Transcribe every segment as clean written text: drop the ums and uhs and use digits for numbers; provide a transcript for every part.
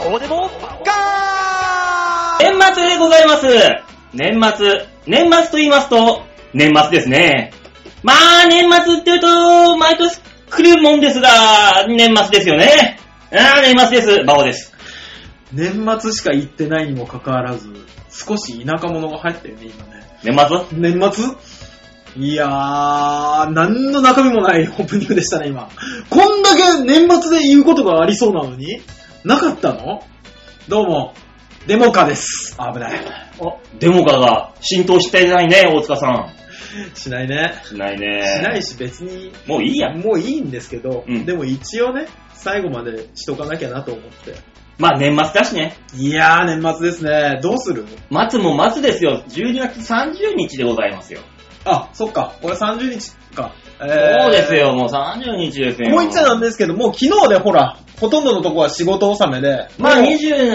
こうでもガー。 年末でございます。年末と言いますと、年末ですね。まあ、年末って言うと、毎年来るもんですが、年末ですよね。年末です。バオです。 年末しか行ってないにもかかわらず、少し田舎者が入ったよね、今ね。年末いやー、何の中身もないオープニングでしたね、今。こんだけ年末で言うことがありそうなのになかったの？どうも、デモカです。危ない。 デモカが浸透してないね、大塚さん。 しないね。 しないね。 しないし別に。 もういいや。 もういいんですけど、 うん、 でも一応ね、最後までしとかなきゃなと思って。 まあ年末だしね。 いやー、年末ですね。どうする？ 待つも待つですよ。12月30日でございますよ。 あ、そっか。俺30日か。 そうですよ。もう30日ですよ。 もう言っちゃなんですけど、もう昨日でほら、ほとんどのとこは仕事納めで。 まあ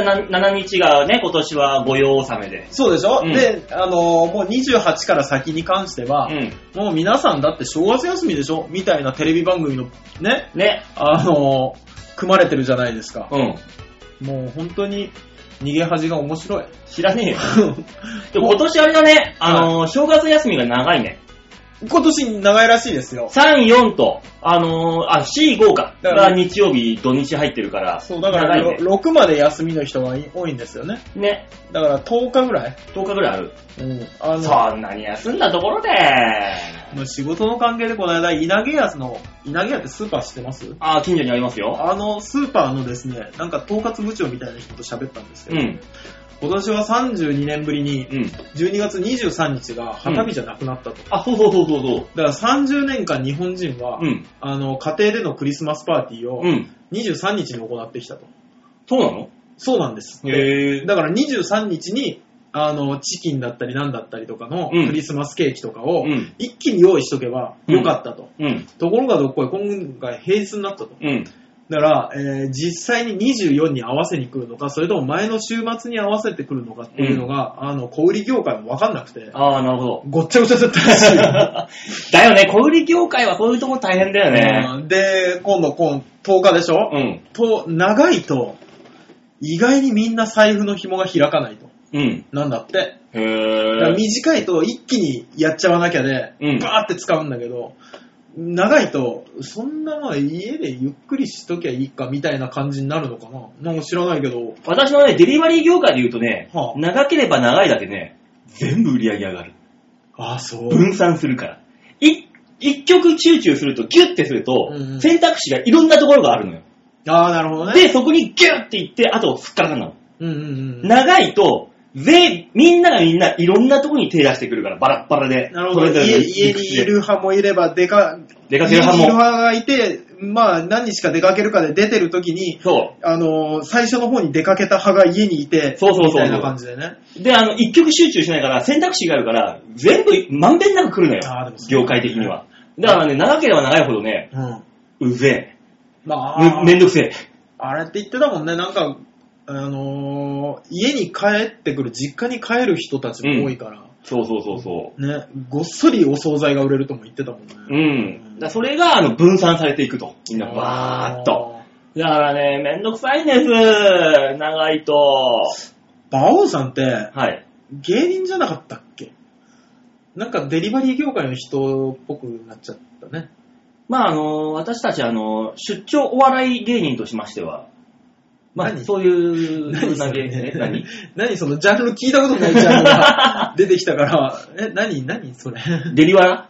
27日がね、今年は御用納めで。 そうでしょ、 うん、 で、もう28から先に関しては、もう皆さんだって正月休みでしょみたいなテレビ番組のね、組まれてるじゃないですか。もう本当に逃げ恥が面白い。 知らねえよ。でも今年あれだね、正月休みが長いね。 今年長いらしいですよ。 3、4と、4、5か。だから日曜日、土日入ってるから。 そう、だから、ね、6まで休みの人が多いんですよね。 ね。 だから10日ぐらい ?10 日ぐらいある。そんなに休んだところで。 もう仕事の関係でこの間、稲毛屋ってスーパー知ってます？ 近所にありますよ。 スーパーのですね、なんか統括部長みたいな人と喋ったんですけど、今年は32年ぶりに、12月23日が旗日じゃなくなったと。 そう。 だから30年間日本人は、家庭でのクリスマスパーティーを23日に行ってきたと。 そうなの？ そうなんです。だから23日に、チキンだったりなんだったりとかのクリスマスケーキとかを一気に用意しとけばよかったと。ところがどっこい、今回平日になったと。だから、実際に24に合わせに来るのか、それとも前の週末に合わせてくるのかっていうのが、小売業界も分かんなくて。 なるほど。 ごっちゃごちゃだったらしいよ。 だよね、小売業界はそういうところ大変だよね。 で、今度10日でしょ？長いと、意外にみんな財布の紐が開かないと。なんだって。だから短いと一気にやっちゃわなきゃで、バーって使うんだけど、長いと、そんな家でゆっくりしときゃいいかみたいな感じになるのかな？なんか知らないけど。 私のね、デリバリー業界で言うとね、長ければ長いだけね、全部売り上げ上がる。 そう。 分散するから。一曲集中すると、ギュッてすると、選択肢がいろんなところがあるのよ。 なるほどね。 で、そこにギュッていって、あとすっからかんなの。長いと、みんながみんないろんなところに手出してくるから、バラッバラで。 なるほど。家にいる派もいれば、出かける派も。家にいる派がいて、何日か出かけるかで出てるときに、最初の方に出かけた派が家にいて、みたいな感じでね。 で、一曲集中しないから選択肢があるから、全部まんべんなく来るのよ。業界的には。だからね、長ければ長いほどね、うぜえ。めんどくせえ。あれって言ってたもんね、なんか、家に帰ってくる、実家に帰る人たちも多いから。 そう。 ね、ごっそりお惣菜が売れるとも言ってたもんね。 だそれが分散されていくと。みんなバーっと。だからね、めんどくさいんです。長いと。 馬王さんって、芸人じゃなかったっけ？なんかデリバリー業界の人っぽくなっちゃったね。 私たち出張お笑い芸人としましては、そういう風な芸人ね。 何そのジャンル聞いたことないジャンルが出てきたから、何それ。 デリワラ。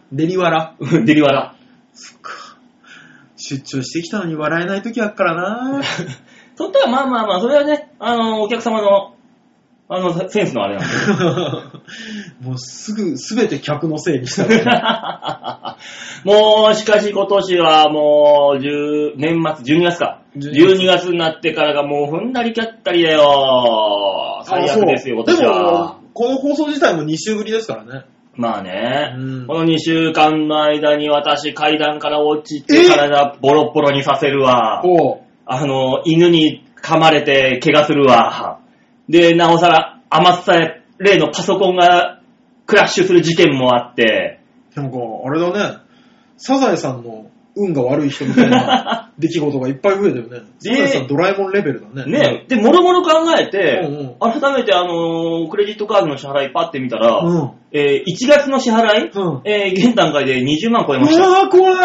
そっか。出張してきたのに笑えない時あっからな。 そったらそれはね、お客様の、センスのあれなんで。 もうすべて客のせいにしたね。 もう、しかし今年はもう、年末、12月か。12月になってからがもう踏んだりキャったりだよ。最悪ですよ、今年は。 でも、この放送自体も2週ぶりですからね。 まあね、この2週間の間に私階段から落ちて体ボロッボロにさせるわ。犬に噛まれて怪我するわ。で、なおさら余った例のパソコンがクラッシュする事件もあって。 なんか、あれだね。サザエさんの運が悪い人みたいな出来事がいっぱい増えてるね。そうですね、ドラえもんレベルだね。 ね。で、もろもろ考えて、改めてクレジットカードの支払いパッて見たら、1月の支払い、現段階で20万超えました。 うわー、怖い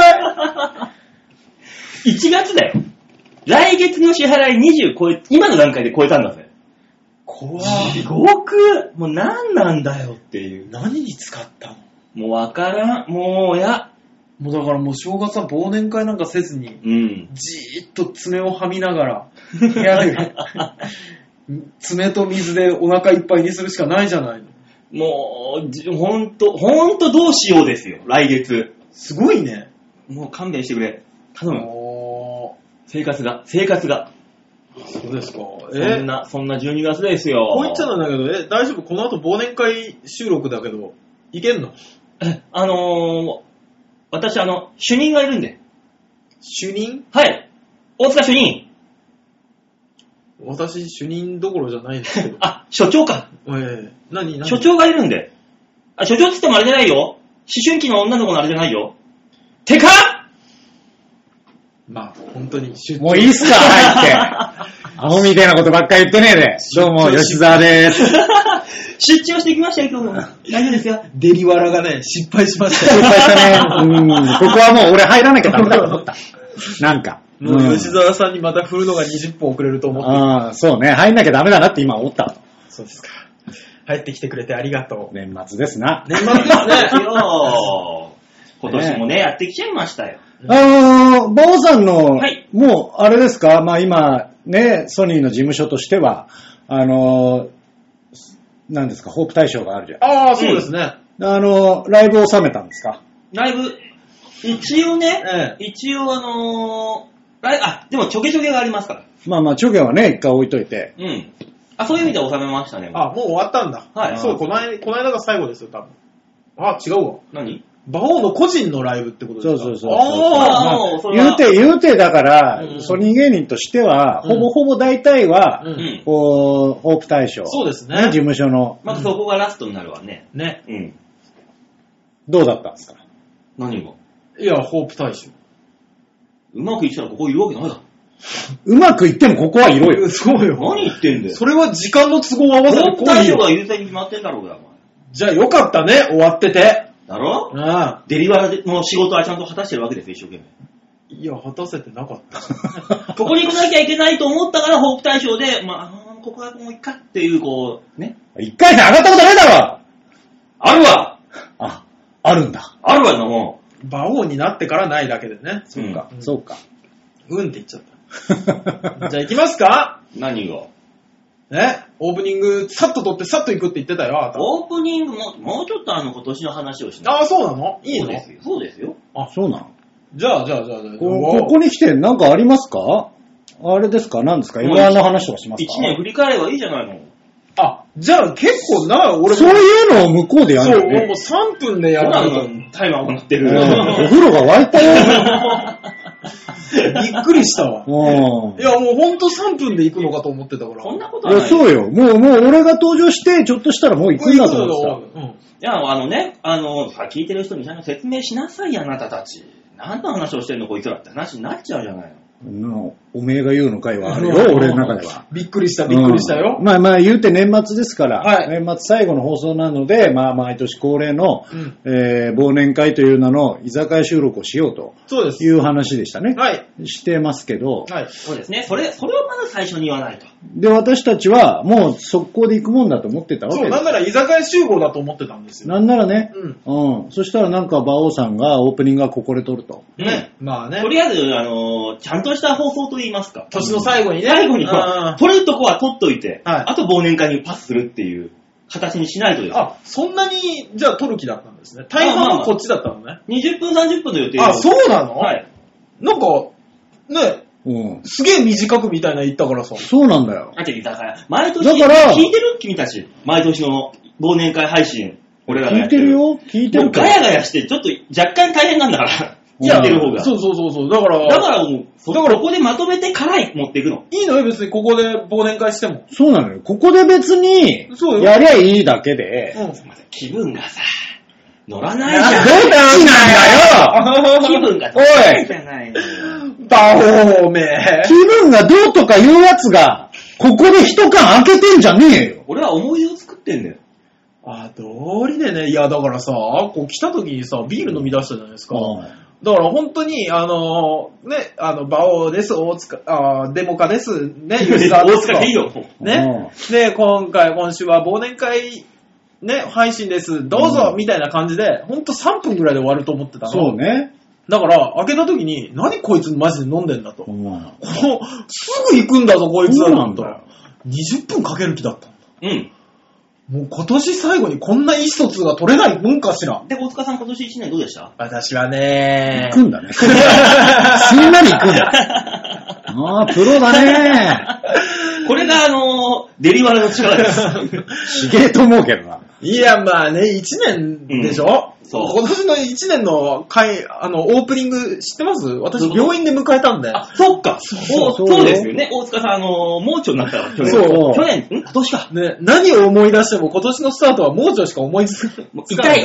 1月だよ。来月の支払い20超え、今の段階で超えたんだぜ。 怖い。 地獄。もう何なんだよっていう。 何に使ったの？ もうわからん。もうや。 もうだからもう正月は忘年会なんかせずに、じーっと爪をはみながら、部屋で爪と水でお腹いっぱいにするしかないじゃないの。 もう、ほんとどうしようですよ、来月。 すごいね。 もう勘弁してくれ。頼む。生活が。 そうですか。 そんな12月ですよ。 こう言っちゃなんだけど、大丈夫？この後忘年会収録だけど、いけんの？ 私、主任がいるんで。 主任？ はい。大塚主任。 私、主任どころじゃないんですけど。 あ、所長か。 何所長がいるんで。あ、所長って言ってもあれじゃないよ。思春期の女の子のあれじゃないよ。てかまあ、本当にもういいっすか、入って。アホみたいなことばっかり言ってねえで。どうも、吉沢でーす。 出張してきましたよ、今日も。大丈夫ですよ。 デリワラがね、失敗しましたよ。 失敗したね。ここはもう俺入らなきゃダメだと思った。なんか。 もう吉沢さんにまた振るのが20分遅れると思って。 ああ、そうね。入んなきゃダメだなって今思った。 そうですか。入ってきてくれてありがとう。 年末ですな。 年末ですね。 今年もね、やってきちゃいましたよ。 馬王さんの、はい、もう、あれですか、まあ今、ね、ソニーの事務所としては、何ですか、ホープ大賞があるじゃん。 ああ、そうですね。 ライブを収めたんですか？ ライブ、一応ね、でもちょけちょけがありますから。 まあまあ、ちょけはね、一回置いといて。 そういう意味では収めましたね。 もう終わったんだ。はい。そう、この間が最後ですよ、多分。違うわ。何？馬王の個人のライブってことですか？ そう。言うてだから、ソニー芸人としては、ほぼほぼ大体は、ホープ大賞。 そうですね。 事務所の。 まずそこがラストになるわね。 ね。 どうだったんですか？ 何が？ いや、ホープ大賞。 うまくいったらここいるわけないだろ。 うまくいってもここはいろよ。 そうよ。 何言ってんだよ。 それは時間の都合を合わせてホープ大賞が優先に決まってんだろうが。 じゃあよかったね、終わってて。 だろ？デリバラの仕事はちゃんと果たしてるわけですよ、一生懸命。 いや、果たせてなかった。 ここに来なきゃいけないと思ったから、ホープ大賞で、ここはもう一回っていう、ね。 一回戦上がったことないだろ！ あるわ！ あるんだ。 あるわ、もう。馬王になってからないだけでね。 そうか。そうか。 って言っちゃった。じゃあ行きますか？ 何が？ オープニング、さっと撮ってさっと行くって言ってたよ。 オープニングもうちょっと今年の話をしない。 そうなの？いいの？ そうですよ。 そうなの？ じゃあ。 ここに来て何かありますか？あれですか？何ですか？M1の話とかしますか ？1年振り返ればいいじゃないの。 じゃあ結構俺も。 そういうのを向こうでやるよね。 そう、もう3分でやる。 タイマーも鳴ってる。 お風呂が沸いたよ。 びっくりしたわ。いや、もうほんと3分で行くのかと思ってたから。 そんなことはない。 いや、そうよ。もう俺が登場して、ちょっとしたらもう行くんだと思ってた。 いや、聞いてる人にちゃんと説明しなさいよ、あなたたち。何の話をしてんの、こいつらって話になっちゃうじゃないの。 おめえが言うの会はあるよ、俺の中では。 びっくりしたよ。 まあ言うて年末ですから、年末最後の放送なので、毎年恒例の、忘年会という名の居酒屋収録をしようという話でしたね。してますけど。 そうですね。それをまず最初に言わないと。 で、私たちはもう速攻で行くもんだと思ってたわけです。 そう、なんなら居酒屋集合だと思ってたんですよ。 なんならね。そしたらなんか馬王さんがオープニングはここで撮ると。 まあね。 とりあえず、ちゃんとした放送と言いますか。 年の最後にね。 最後に撮れるとこは撮っといて、あと忘年会にパスするっていう形にしないとです。 そんなに、じゃあ撮る気だったんですね。大半はこっちだったのね。 20分30分の予定そうなの？なんか、ね、すげえ短くみたいな言ったからさ。 そうなんだよ。 だから、毎年、聞いてる君たち。毎年の忘年会配信。俺らがやってる。 聞いてるガヤガヤして、ちょっと若干大変なんだから。聞いてる方が。 そう。だからもう、ここでまとめてから持っていくの。 いいのよ、別にここで忘年会しても。 そうなのよ。ここで別に、やりゃいいだけで。 気分がさ、乗らないじゃん。 どっちなんだよ！ 気分がどうじゃないのよ。 バホーめ。 気分がどうとかいうやつが、ここで一缶開けてんじゃねえよ。 俺は思い出を作ってんだよ。 道理でね、いやだからさ、こう来た時にさ、ビール飲み出したじゃないですか。だから本当に、バオです、大塚、デモカです、ね、 大塚でいいよ。 ね。で、今週は忘年会、ね、配信です、どうぞ、みたいな感じで、ほんと3分くらいで終わると思ってたの。 そうね。 だから、開けた時に、何こいつマジで飲んでんだと。すぐ行くんだぞ、こいつは。なんと。20分かける気だったんだ。 うん。 もう今年最後にこんな意思疎通が取れないもんかしら。 で、大塚さん今年1年どうでした？ 私はね行くんだね。すんなり行くんだ。プロだね。 これがデリバルの力です。 しげえと思うけどな。 いや、まあね、1年でしょ、そう。今年の1年のオープニング知ってます？私病院で迎えたんで。 そっか。そうですよね。大塚さん、盲腸になったから、去年。そう。去年、今年か。 ね、何を思い出しても今年のスタートは盲腸しか思いつかない。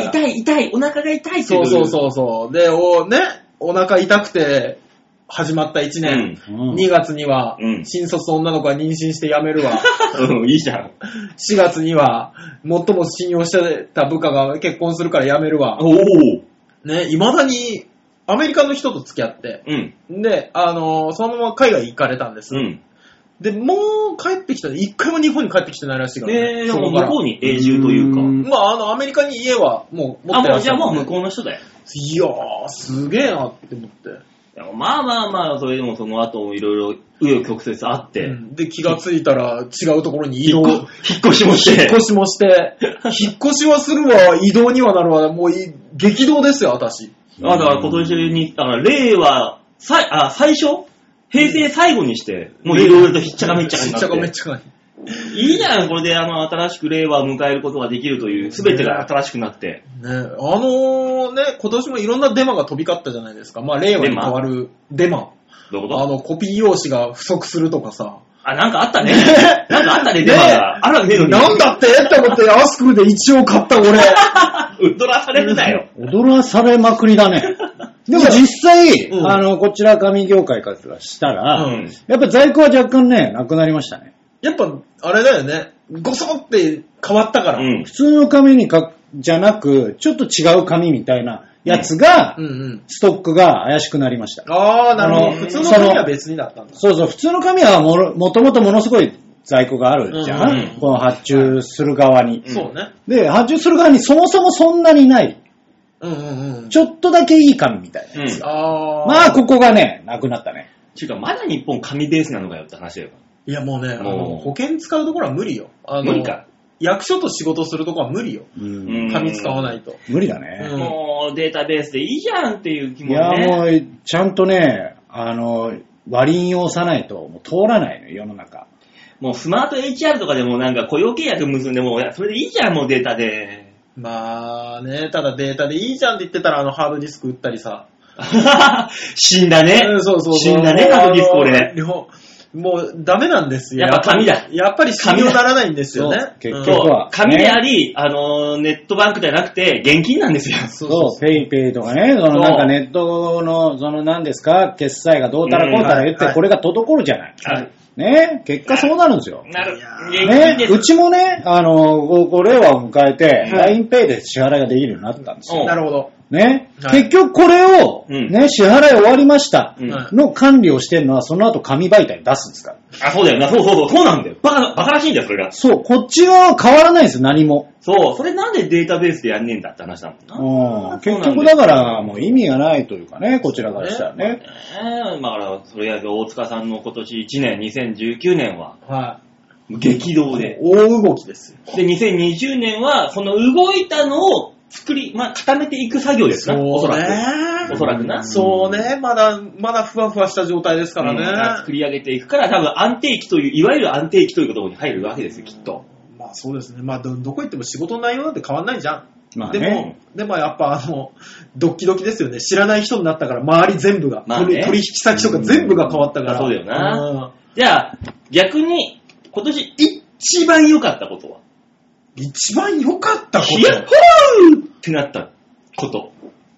痛い、お腹が痛い。 そう。で、お腹痛くて、始まった1年、2月には、新卒女の子が妊娠して辞めるわ。 いいじゃん。 4月には、最も信用してた部下が結婚するから辞めるわ。ね、未だに、アメリカの人と付き合って、で、そのまま海外行かれたんです。で、もう帰ってきたら、一回も日本に帰ってきてないらしいからね。 でも向こうに永住というか。 まあ、アメリカに家はもう持ってらっしゃる。 じゃあもう向こうの人だよ。 いやー、すげえなって思って。 まあ、それでもその後いろいろ紆余曲折あって、 で、気がついたら違うところに移動。 引っ越しもして。 引っ越しはするわ、移動にはなるわ、もう激動ですよ、私。 だから今年に、令和、最初平成最後にして、もういろいろとひっちゃかめっちゃかになって。 めっちゃかいいじゃん、これで新しく令和を迎えることができるという、すべてが新しくなって。 ね、今年もいろんなデマが飛び交ったじゃないですか。まあ、令和に変わるデマ。 どういうこと？ コピー用紙が不足するとかさ。 なんかあったね。なんかあったね、デマが。あらねえのに。 なんだってって思って、アスクルで一応買った俺。 踊らされるなよ。 踊らされまくりだね。でも実際、こちら紙業界からしたら、やっぱ在庫は若干ね、なくなりましたね。 やっぱ、あれだよね。ごそって変わったから。 普通の紙じゃなく、ちょっと違う紙みたいなやつが、ストックが怪しくなりました。 なるほど。普通の紙は別にだったんだ。 そう、普通の紙はもともとものすごい在庫があるじゃん。この発注する側に。 そうね。 で、発注する側にそもそもそんなにない。ちょっとだけいい紙みたいなやつ。まあ、ここがね、なくなったね。 ちゅうか、まだ日本紙ベースなのかよって話だよ。 いやもうね、保険使うところは無理よ。 無理か。 役所と仕事するところは無理よ。紙使わないと。 無理だね。 もうデータベースでいいじゃんっていう気もね。 いやもう、ちゃんとね、割り印を押さないともう通らないのよ、世の中。 もうスマート HR とかでもなんか雇用契約結んでも、それでいいじゃん、もうデータで。 まあね、ただデータでいいじゃんって言ってたらハードディスク売ったりさ。 死んだね。 そう。 死んだね、ハードディスク俺。 もうダメなんですよ。 やっぱ紙だ。 やっぱり信用ならないんですよね。 結局は。 紙であり、ネットバンクじゃなくて、現金なんですよ。 そう、ペイペイとかね、なんかネットの、何ですか、決済がどうたらこうたら言って、これが滞るじゃない。ね、結果そうなるんですよ。 なる。 ね、うちもね、令和を迎えて、LINEPay で支払いができるようになったんですよ。 なるほど。 ね、結局これを、ね、支払い終わりました、の管理をしてるのは、その後紙媒体に出すんですから。 そうだよな、そうなんだよ。バカらしいんだよ、それが。 そう、こっち側は変わらないんですよ、何も。 そう、それなんでデータベースでやんねえんだって話だもんな。結局だから、もう意味がないというかね、こちらからしたらね。 だから、とりあえず大塚さんの今年1年、2019年は、激動で。 大動きですよ。 で、2020年は、その動いたのを、固めていく作業ですな。おそらくな。 そうね。まだふわふわした状態ですからね。 作り上げていくから、多分安定期という、いわゆる安定期というところに入るわけですよ、きっと。 まあそうですね。まあどこ行っても仕事の内容なんて変わんないじゃん。 まあね、 でもやっぱドッキドキですよね。知らない人になったから、周り全部が。取引先とか全部が変わったから。 そうだよな。じゃあ、逆に、今年一番良かったことは？ 一番良かったこと？ ヒヤッホーってなったこと。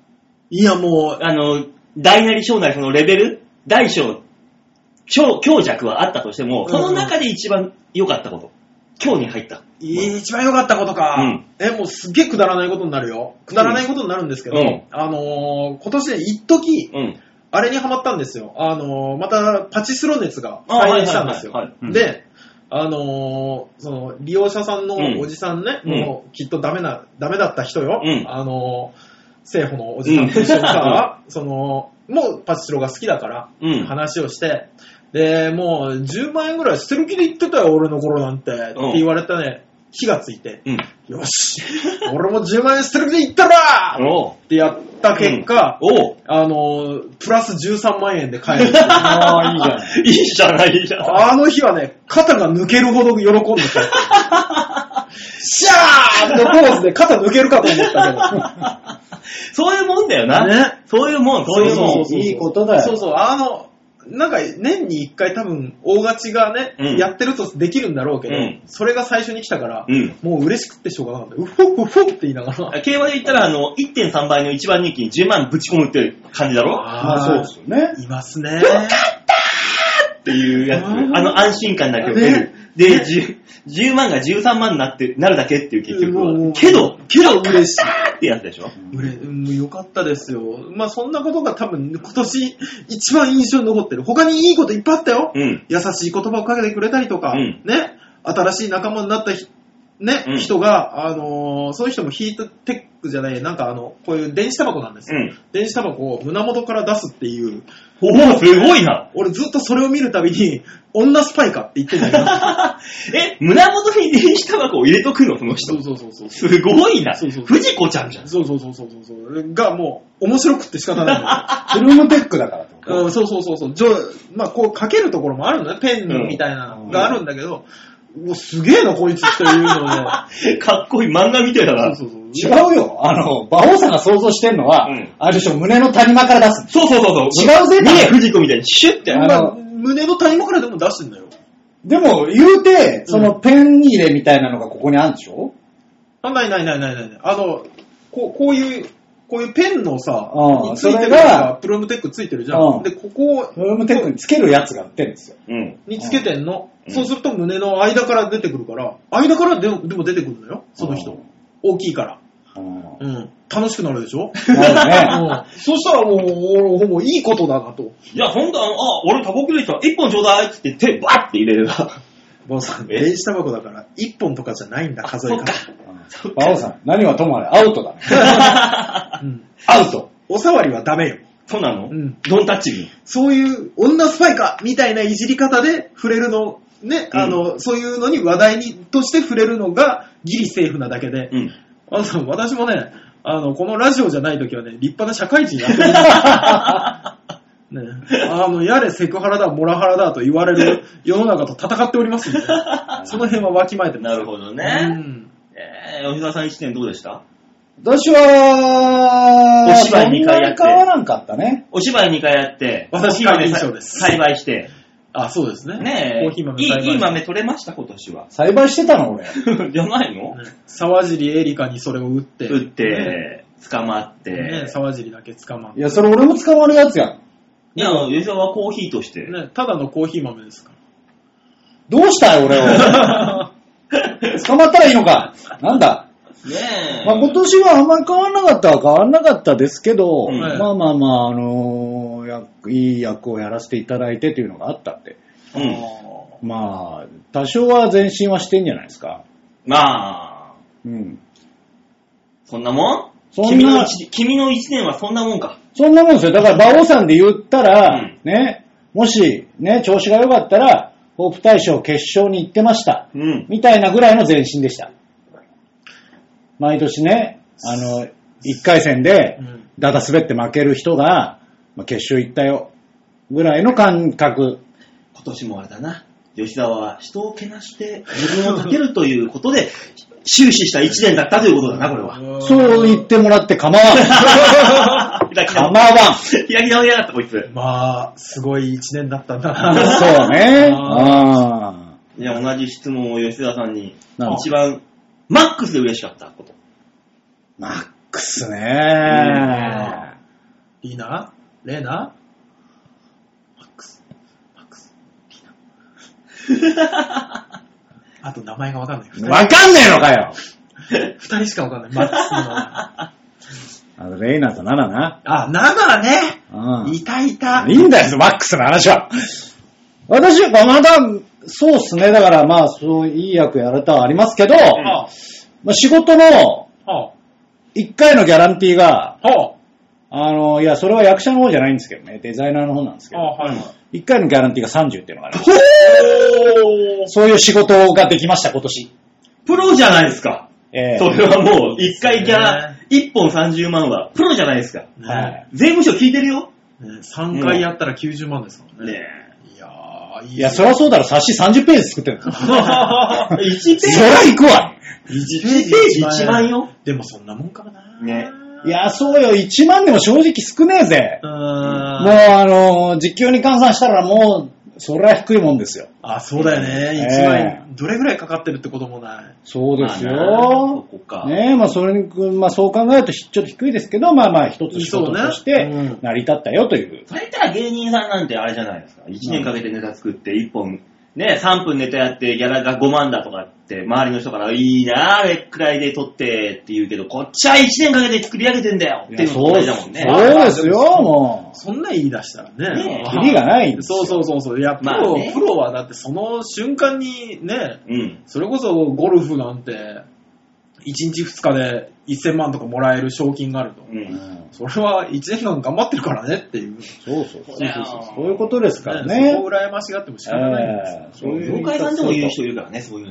いやもう、 大なり小なりそのレベル、大小、強弱はあったとしても、その中で一番良かったこと。今日に入った。 一番良かったことか。もうすっげえくだらないことになるよ。くだらないことになるんですけど、今年ね、一時、あれにハマったんですよ。またパチスロ熱が再燃したんですよ。で、その利用者さんのおじさんね、もうきっとダメだった人よ。政府のおじさんと一緒にさ、もうパチスロが好きだから話をして、で、もう10万円ぐらい捨てる気で言ってたよ、俺の頃なんて。って言われたね、火がついて、よし、俺も10万円捨てる気で言ったらってやった結果、プラス13万円で買える。いいじゃない。いいじゃない、いいじゃない。 あの日はね、肩が抜けるほど喜んでた。シャーのポーズで肩抜けるかと思ったけど。 そういうもんだよな。ね。そういうもん。 いいことだよ。 そうそう。なんか年に1回多分大勝ちがね、やってるとできるんだろうけど、それが最初に来たから、もう嬉しくってしょうがなかった。うほっって言いながら。 競馬で言ったら1.3 倍の一番人気に10万ぶち込むって感じだろ。 そうですよね。 いますね。 よかったっていうやつ。安心感だけを得る。で、10万が13万になるだけっていう結局。けど嬉しいってやつでしょ。 よかったですよ。まあそんなことが多分今年一番印象に残ってる。他にいいこといっぱいあったよ。優しい言葉をかけてくれたりとか、ね、新しい仲間になった人が、そういう人もヒートテックじゃない、なんかこういう電子タバコなんですよ。電子タバコを胸元から出すっていう。 おお、すごいな。 俺ずっとそれを見るたびに、女スパイかって言ってんだけど。 胸元に電子タバコを入れとくのその人。 そう。 すごいな。藤子ちゃんじゃん。 そう。がもう、面白くって仕方ないんだよ。フルムテックだからってこと。 そう。まあこうかけるところもあるのね。ペンみたいなのがあるんだけど、すげえなこいつっていうので。 かっこいい漫画みたいだな。 そう。違うよ。馬王さんが想像してんのは、あれでしょ、胸の谷間から出す。 そう。 違うぜ。 藤子みたいにシュッて。 胸の谷間からでも出してんだよ。 でも、言うて、そのペン入れみたいなのがここにあるんでしょ？ ない。こういうペンのさ、についてるプルームテックついてるじゃん。で、ここを、 プルームテックにつけるやつが売ってるんですよ。 につけてんの。そうすると胸の間から出てくるから、間からでも出てくるのよ、その人。大きいから。楽しくなるでしょ？そしたらもういいことだなと。 いや、ほんと、俺タバコ入れたら1本ちょうだいって言って手バッて入れれば。 バオさん、電子タバコだから1本とかじゃないんだ、数え方。 バオさん、何はともあれ、アウトだね。アウト。 お触りはダメよ。 そうなの？ドンタッチに。 そういう女スパイかみたいないじり方で触れるの、ね、そういうのに話題として触れるのがギリセーフなだけで、私もね、このラジオじゃないときはね、立派な社会人やってる。ね、やれセクハラだ、モラハラだと言われる世の中と戦っておりますんで、その辺はわきまえてます。 なるほどね。吉沢さん1年どうでした？ 私は、 お芝居2回やって。 変わらんかったね。 お芝居2回やって、 私は印象です。 栽培して。 そうですね。 ねえ。コーヒー豆栽培。いい豆取れました、今年は。 栽培してたの俺。 じゃないの？ 沢尻エリカにそれを打って。 捕まって。 ね、沢尻だけ捕まって。 いや、それ俺も捕まるやつやん。 いや、吉沢はコーヒーとして。 ね、ただのコーヒー豆ですから。 どうしたい俺を。捕まったらいいのか。なんだ。 ねえ。 今年はあんまり変わんなかったですけど、いい役をやらせていただいてというのがあったって。まあ、多少は前進はしてんじゃないですか。 まあ。そんなもん？君の一年はそんなもんか。 そんなもんですよ。だから、馬王さんで言ったら、ね、もし、ね、調子が良かったら、ホープ大賞決勝に行ってました。みたいなぐらいの前進でした。毎年ね、1回戦で、だだ滑って負ける人が、決勝行ったよ。ぐらいの感覚。 今年もあれだな。吉沢は人をけなして自分を立てるということで、終始した1年だったということだな、これは。 そう言ってもらって構わん。構わん。 開き直りやがった、こいつ。 まあ、すごい1年だったんだな。 そうね。 いや、同じ質問を吉沢さんに、一番、マックスで嬉しかったこと。 マックスね。 リーナレーナマックス、リーナ。あと名前がわかんない。 わかんねえのかよ 2人しかわかんない。マックスの名前。 レイナとナナな。 あ、ナナね。いた。いいんだよ、マックスの話は。私はまだ、そうっすね。だからまあ、そう、いい役やられたはありますけど、まあ、仕事の、1回のギャランティーが、いや、それは役者の方じゃないんですけどね。デザイナーの方なんですけど、1回のギャランティーが30っていうのがあります。そういう仕事ができました、今年。 プロじゃないですか。それはもう、1回ギャラ、1本30万は、プロじゃないですか。税務署聞いてるよ。 3回やったら90万ですもんね。 いや、そりゃそうだろ、冊子30ページ作ってる。 1ページそりゃ行くわ。 1ページ1万よ。 でもそんなもんかもな。 ね。 いや、そうよ、1万でも正直少ねえぜ。もう、実況に換算したらもう、そりゃ低いもんですよ。 あ、そうだよね。1万円、どれぐらいかかってるってこともない。 そうですよ。ねえ、まあそれに、まあそう考えるとちょっと低いですけど、まあまあ一つ仕事として成り立ったよという。 それ言ったら芸人さんなんてあれじゃないですか。1年かけてネタ作って1本、ね、3分ネタやってギャラが5万だとかって周りの人からいいなあれくらいで撮ってって言うけど、こっちは1年かけて作り上げてんだよっていうのがだもんね。 そうですよ、もう。そんな言い出したらね。 キリがないんですよ。 そう。いや、プロはだってその瞬間にね、それこそゴルフなんて1日2日で1000万とかもらえる賞金があると。それは1年間頑張ってるからねっていう。 そういうことですからね。 そこを羨ましがってもしょうがないんですよ。 業界さんでも言う人いるからね、そういう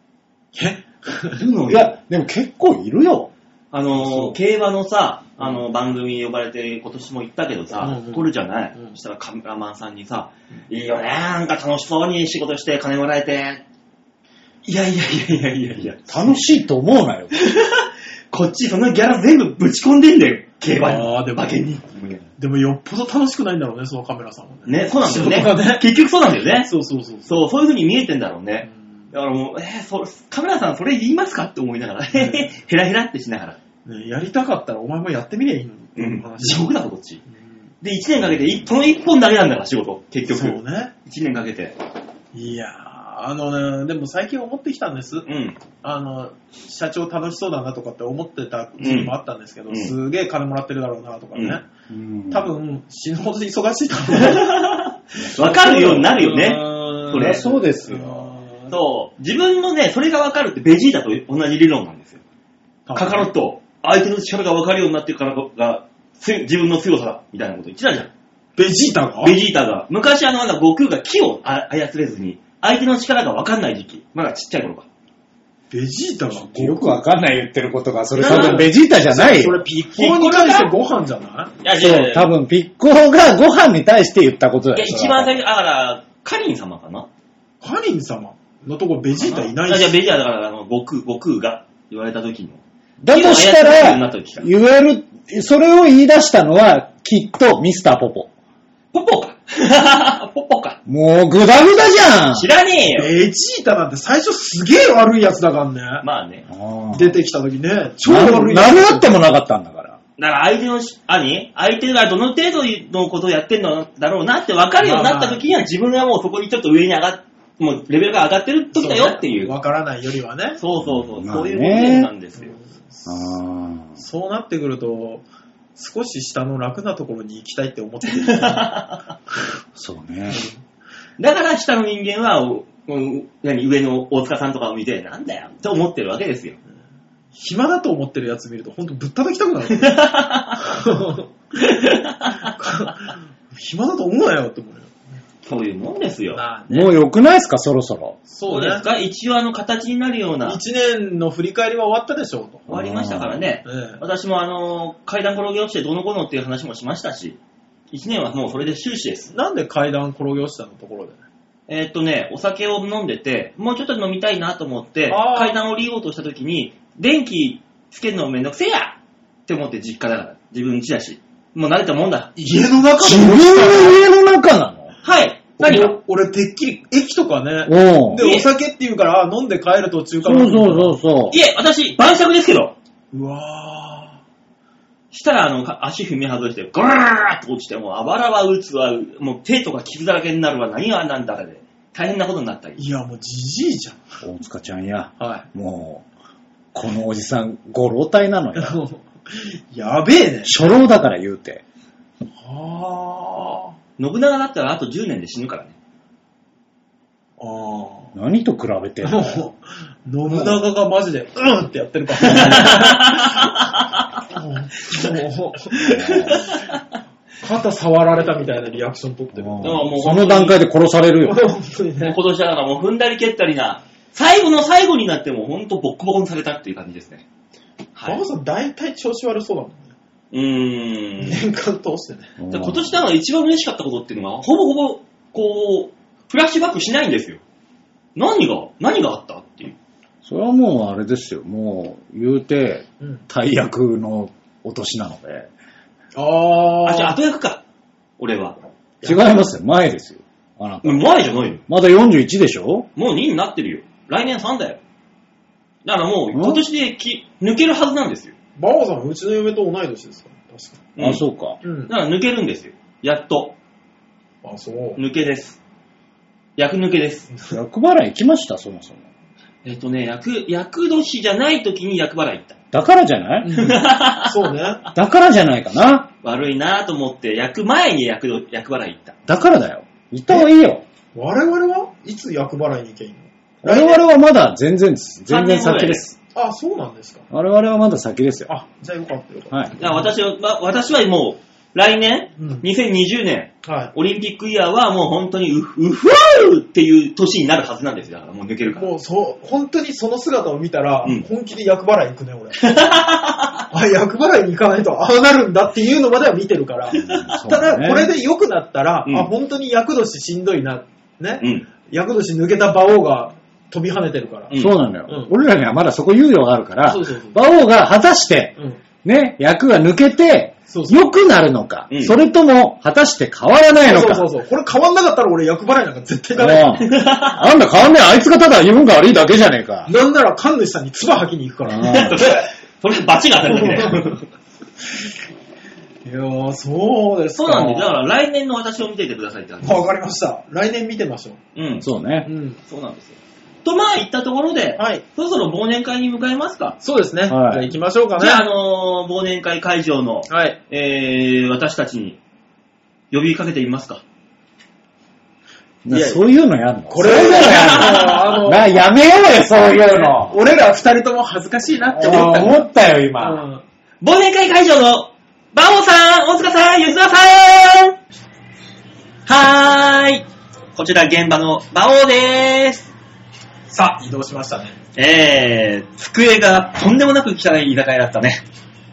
の。いや、でも結構いるよ。 競馬のさ、番組呼ばれて今年も行ったけどさ、撮るじゃない。そしたらカメラマンさんにさ、いいよね、なんか楽しそうに仕事して金もらえて。いや。 楽しいと思うなよ。 こっちそのギャラ全部ぶち込んでんだよ、競馬に。馬券に。 でもよっぽど楽しくないんだろうね、そのカメラさんもね。 ね、そうなんだよね。結局そうなんだよね。 そう。 そういう風に見えてんだろうね。だからもう、カメラさんそれ言いますかって思いながら、ヘラヘラってしながら。 やりたかったらお前もやってみりゃいいのに。 地獄だぞ、こっち。で、1年かけて、その1本だけなんだから、仕事、結局。 そうね。 1年かけて。 いやでも最近思ってきたんです。社長楽しそうだなとかって思ってた時期もあったんですけど、すげえ金もらってるだろうなとかね。多分、死ぬほど忙しいと思う。わかるようになるよね。 そりゃそうですよ。 そう。自分もね、それがわかるってベジータと同じ理論なんですよ。カカロット、相手の力がわかるようになってるからが、自分の強さだ、みたいなこと言ってたじゃん。 ベジータが昔悟空が木を操れずに、相手の力がわかんない時期。まだちっちゃい頃か。 ベジータがよくわかんない言ってることが、それ多分ベジータじゃないよ。 それピッコロに対してご飯じゃない？ そう、多分ピッコロがご飯に対して言ったことだよ。 いや、一番最初、だから、カリン様かな？ カリン様のとこベジータいないし。いや、ベジータだから、悟空が言われた時の。 だとしたら、言える、それを言い出したのは、きっとミスターポポ。 ポポか。ポポか。 もうグダグダじゃん。 知らねえよ。 ベジータなんて最初すげえ悪いやつだからね。 まあね。 出てきた時ね。超悪いやつ。 なるあってもなかったんだから。 だから相手の、相手がどの程度のことをやってんのだろうなって分かるようになった時には自分がもうそこにちょっと上にもうレベルが上がってる時だよっていう。 分からないよりはね。 そう。そういうことなんですよ。 そうなってくると、少し下の楽なところに行きたいって思ってる。 そうね。 だから下の人間は、上の大塚さんとかを見て、なんだよって思ってるわけですよ。 暇だと思ってるやつ見ると、ほんとぶったたきたくなる。暇だと思うなよって思うよ。 そういうもんですよ。 もう良くないですか、そろそろ。 そうですか、一話の形になるような。 1年の振り返りは終わったでしょうと。 終わりましたからね。私も階段転げ落ちてどのこのっていう話もしましたし、1年はもうそれで終始です。 なんで階段転げ落ちたのところでお酒を飲んでて、もうちょっと飲みたいなと思って、階段を降りようとした時に、電気つけるのめんどくせえやって思って実家だから。自分家だし。もう慣れたもんだ。 家の中自分の家の中なの？ はい。何が？ 俺てっきり駅とかね。で、お酒って言うから、飲んで帰る途中から。 そう。 いえ、私、晩酌ですけど。 うわぁ。 したら足踏み外して、ガーッと落ちて、もうあばらは打つわ、もう手とか傷だらけになるわ、何がなんだかで、大変なことになったり。 いや、もうじじいじゃん。大塚ちゃんや。 はい。 もう、このおじさん、ご老体なのよ。 やべえね。 初老だから言うて。 はぁ。信長だったらあと10年で死ぬからね。 ああ。 何と比べてんの？ 信長がマジで、ってやってるから。肩触られたみたいなリアクション取ってる。 もうその段階で殺されるよ。 本当にね。今年だからもう踏んだり蹴ったりな、最後の最後になってもほんとボッコボコにされたっていう感じですね。 馬場さん大体調子悪そうだもんね。年間通してね。 今年だから一番嬉しかったことっていうのが、ほぼほぼ、こう、フラッシュバックしないんですよ。何があったっていう。 それはもうあれですよ。もう言うて、大役のお年なので。 じゃあ後役か。俺は。 違いますよ。前ですよ。あなた。 前じゃないよ。 まだ41でしょ？ もう2になってるよ。来年3だよ。だからもう今年で抜けるはずなんですよ。 馬王さん、うちの嫁と同い年ですか？確かに。そうか。 だから抜けるんですよ。やっと。 そう。 抜けです。役抜けです。 役払い行きましたそもそも。 役年じゃない時に役払い行った。 だからじゃないそうね。 だからじゃないかな。 悪いなと思って、役前に役払い行った。 だからだよ。行った方がいいよ。 我々はいつ役払いに行けばいいの？ 我々はまだ全然です。全然先です。 あ、そうなんですか。 我々はまだ先ですよ。 じゃあよかったよ。 はい。 私はもう、来年、2020年、オリンピックイヤーはもう本当にうふーっていう年になるはずなんですよ。だからもう抜けるから。 もう本当にその姿を見たら、本気で役払い行くね、俺。役払いに行かないとああなるんだっていうのまでは見てるから。ただ、これで良くなったら、本当に役年しんどいな、ね。役年抜けた馬王が飛び跳ねてるから。 そうなのよ。俺らにはまだそこ猶予があるから、馬王が果たして、ね、役が抜けて、良くなるのか、それとも果たして変わらないのか。 そう。これ変わんなかったら俺役払いなんか絶対行かない。 あんた変わんねえ。あいつがただ言うんが悪いだけじゃねえか。 なんなら神主さんに唾吐きに行くから。 それバチが当たるだけだよ。 いやー、そうですか。 そうなんです。だから来年の私を見ていてくださいって感じ。 わかりました。来年見てましょう。 そうね。 そうなんですよ。と言ったところで、そろそろ忘年会に向かいますか。 そうですね。じゃあ行きましょうかね。 じゃあ、忘年会会場の、私たちに呼びかけてみますか。 そういうのやるの？ これそういうのやるの？ やめようよ、そういうの。 俺ら二人とも恥ずかしいなって思ったよ、今。 忘年会会場の、馬王さん、大塚さん、吉沢さん。はーい。こちら現場の馬王でーす。 さあ、移動しましたね。 机がとんでもなく汚い居酒屋だったね。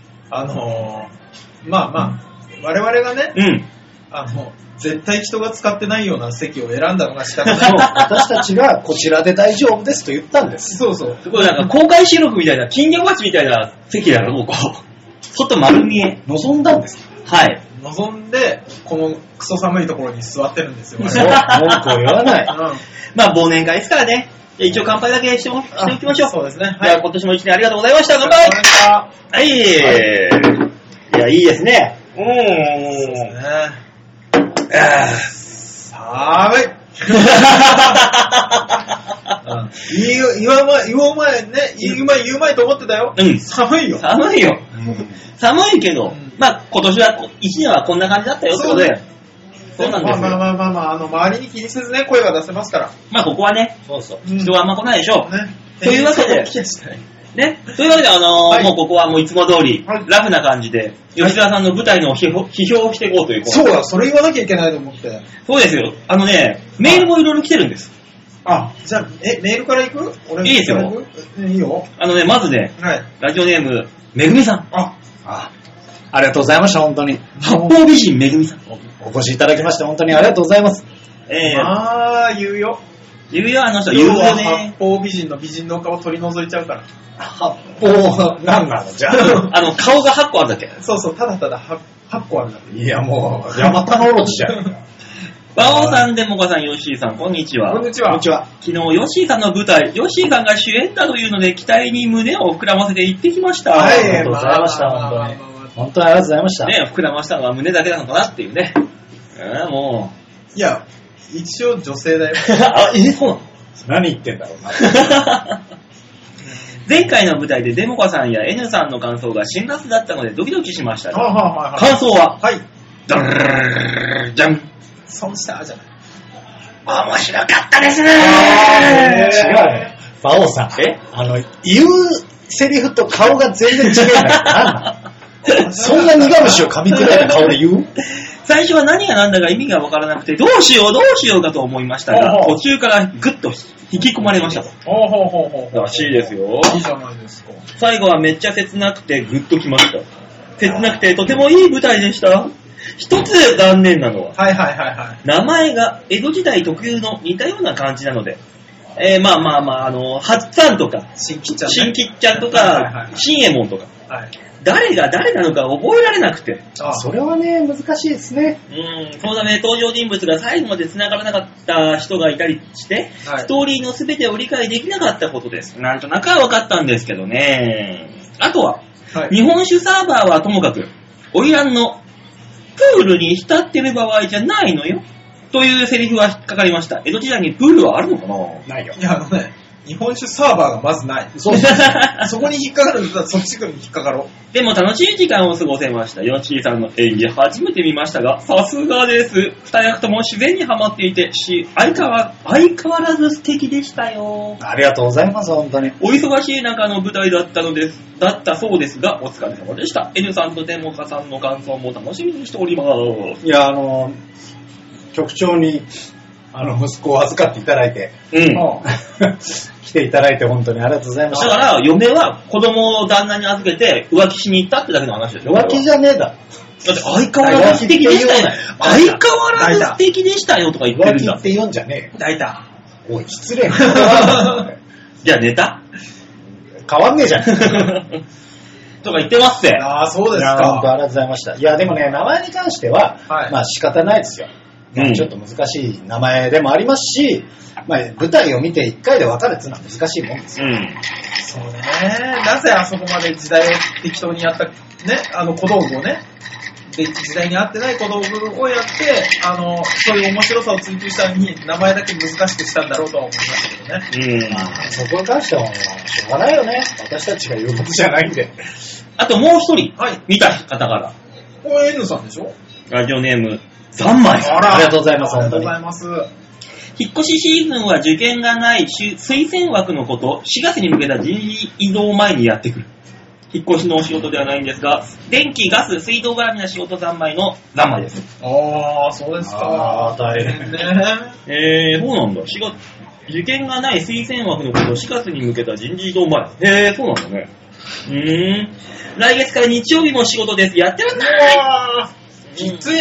まあ、我々がね、絶対人が使ってないような席を選んだのが仕方ない。 私たちがこちらで大丈夫ですと言ったんです。 そう。 すごいなんか公開収録みたいな、金魚鉢みたいな席だろ、ここ。外丸見え。 望んだんですか？ はい。 望んで、このクソ寒いところに座ってるんですよ。 文句を言わない。 まあ忘年会ですからね。一応乾杯だけしておきましょう。 そうですね。 じゃあ今年も一年ありがとうございました。乾杯。はい。いや、いいですね。 そうですね。寒い。言う前と思ってたよ。寒いよ。 寒いけど、まあ今年は一年はこんな感じだったよってことで。そうなんですよ。 まあ、周りに気にせずね、声が出せますから。 まあここはね、人はあんま来ないでしょう。というわけで、ね、というわけでもうここはもういつも通り、ラフな感じで、吉沢さんの舞台の批評をしていこうという。 そうだ、それ言わなきゃいけないと思って。 そうですよ。メールもいろいろ来てるんです。 じゃあ、メールから行く？ いいですよ。 いいよ。 まずね、ラジオネーム、めぐみさん。 ありがとうございました、本当に。 八方美人めぐみさん。 お越しいただきまして、本当にありがとうございます。 言うよ。 言うよ、あの人。言うよね。 八方美人の美人の顔取り除いちゃうから。 八方、なんなのじゃあ。顔が8個あるだけ。 そう、ただ8個あるだけ。 いや、もう、ヤマタノオロチじゃん。 バオさん、デモカさん、ヨッシーさん、こんにちは。 こんにちは。 昨日、ヨッシーさんの舞台、ヨッシーさんが主演だというので、期待に胸を膨らませて行ってきました。 ありがとうございました、本当に。 本当にありがとうございました。 ね、膨らましたのは胸だけなのかなっていうね。もう。いや、一応女性だよ。 そうなの？ 何言ってんだろうな。 前回の舞台でデモカさんや N さんの感想が辛辣だったのでドキドキしました、ね。感想は？ はい。 ドルじゃん。 損したじゃない。 面白かったですね違うね。馬王さん。言うセリフと顔が全然違うんだよ。なんだそんな苦虫を噛み砕いた顔で言う？ 最初は何が何だか意味がわからなくて、どうしようかと思いましたが、途中からぐっと引き込まれましたと。らしいですよ。 いいじゃないですか。 最後はめっちゃ切なくてぐっときました。切なくてとてもいい舞台でした。一つ残念なのは、名前が江戸時代特有の似たような感じなので、はっつぁんとか、 新吉ちゃんとか、新右衛門とか、誰が誰なのか覚えられなくて。 それはね、難しいですね。 そのため登場人物が最後まで繋がらなかった人がいたりして、ストーリーの全てを理解できなかったことです。なんとなくは分かったんですけどね。あとは、日本酒サーバーはともかく、花魁のプールに浸ってる場合じゃないのよ。というセリフは引っかかりました。江戸時代にプールはあるのかな？ ないよ。いや、日本酒サーバーがまずない。そこに引っかかるんだったらそっちに引っかかろう。 でも楽しい時間を過ごせました。ヨッシーさんの演技初めて見ましたが、さすがです。二役とも自然にハマっていて、相変わらず素敵でしたよ。 ありがとうございます、本当に。 お忙しい中の舞台だったそうですが、お疲れ様でした。N さんとデモカさんの感想も楽しみにしております。 いや、局長に、息子を預かっていただいて、来ていただいて本当にありがとうございました。 だから、嫁は子供を旦那に預けて浮気しに行ったってだけの話でしょ。 浮気じゃねえだろ。 だって相変わらず素敵でしたよ。相変わらず素敵でしたよとか言ってるんだ。 浮気って言うんじゃねえよ。 抱いた。 おい、失礼な。 じゃあネタ変わんねえじゃん。 とか言ってますって。 ああ、そうですか。 本当ありがとうございました。いや、でもね、名前に関しては、仕方ないですよ。ちょっと難しい名前でもありますし、舞台を見て1回で分かるっていうのは難しいもんですよ。 そうね。なぜあそこまで時代を適当にやった、ね、小道具をね、で時代に合ってない小道具をやって、そういう面白さを追求したのに、名前だけ難しくしたんだろうとは思いましたけどね。 そこに関しては、しょうがないよね。私たちが言うことじゃないんで。 あともう一人、見た方から。 これ N さんでしょ？ ラジオネーム、3枚。 ありがとうございます。 ありがとうございます。 引っ越しシーズンは受験がない推薦枠のこと、4月に向けた人事異動前にやってくる。引っ越しのお仕事ではないんですが、電気、ガス、水道絡みな仕事三昧の何枚です。 ああ、そうですか。 大変ね。 そうなんだ。受験がない推薦枠のこと、4月に向けた人事異動前。そうなんだね。来月から日曜日も仕事です。やってらんない。 きついね。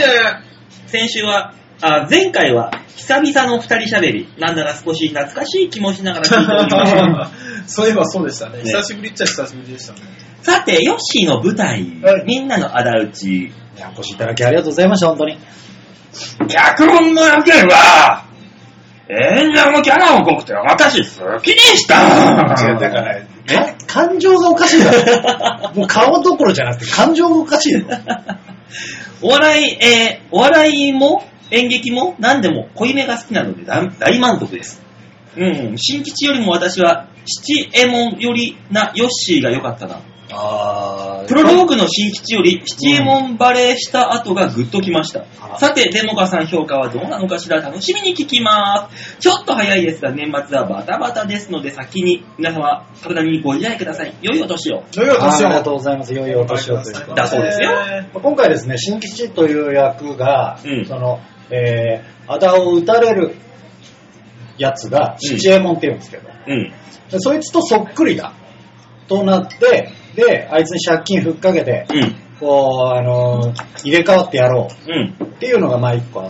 前回は久々の二人喋り。なんだか少し懐かしい気もしながら聞いておりました。 そういえばそうでしたね。久しぶりっちゃ久しぶりでしたね。 さて、ヨッシーの舞台、みんなの仇討ち。 お越しいただきありがとうございました、本当に。 脚本のやけは、演者のキャラを濃くて私好きでした。 違う、だから、感情がおかしいだろ。もう顔どころじゃなくて感情がおかしいだろ。 お笑いも演劇も何でも濃いめが好きなので大満足です。新吉よりも私は七右衛門よりなヨッシーが良かったな。プロローグの新吉より七右衛門バレーした後がグッときました。さて、デモカさん評価はどうなのかしら楽しみに聞きます。ちょっと早いですが、年末はバタバタですので、先に皆様、体にご自愛ください。良いお年を。 良いお年を。 ありがとうございます。良いお年をということだそうですよ。 今回ですね、新吉という役が、あだを打たれるやつが七右衛門って言うんですけど、そいつとそっくりだとなって、で、あいつに借金ふっかけて、入れ替わってやろうっていうのが一個あって、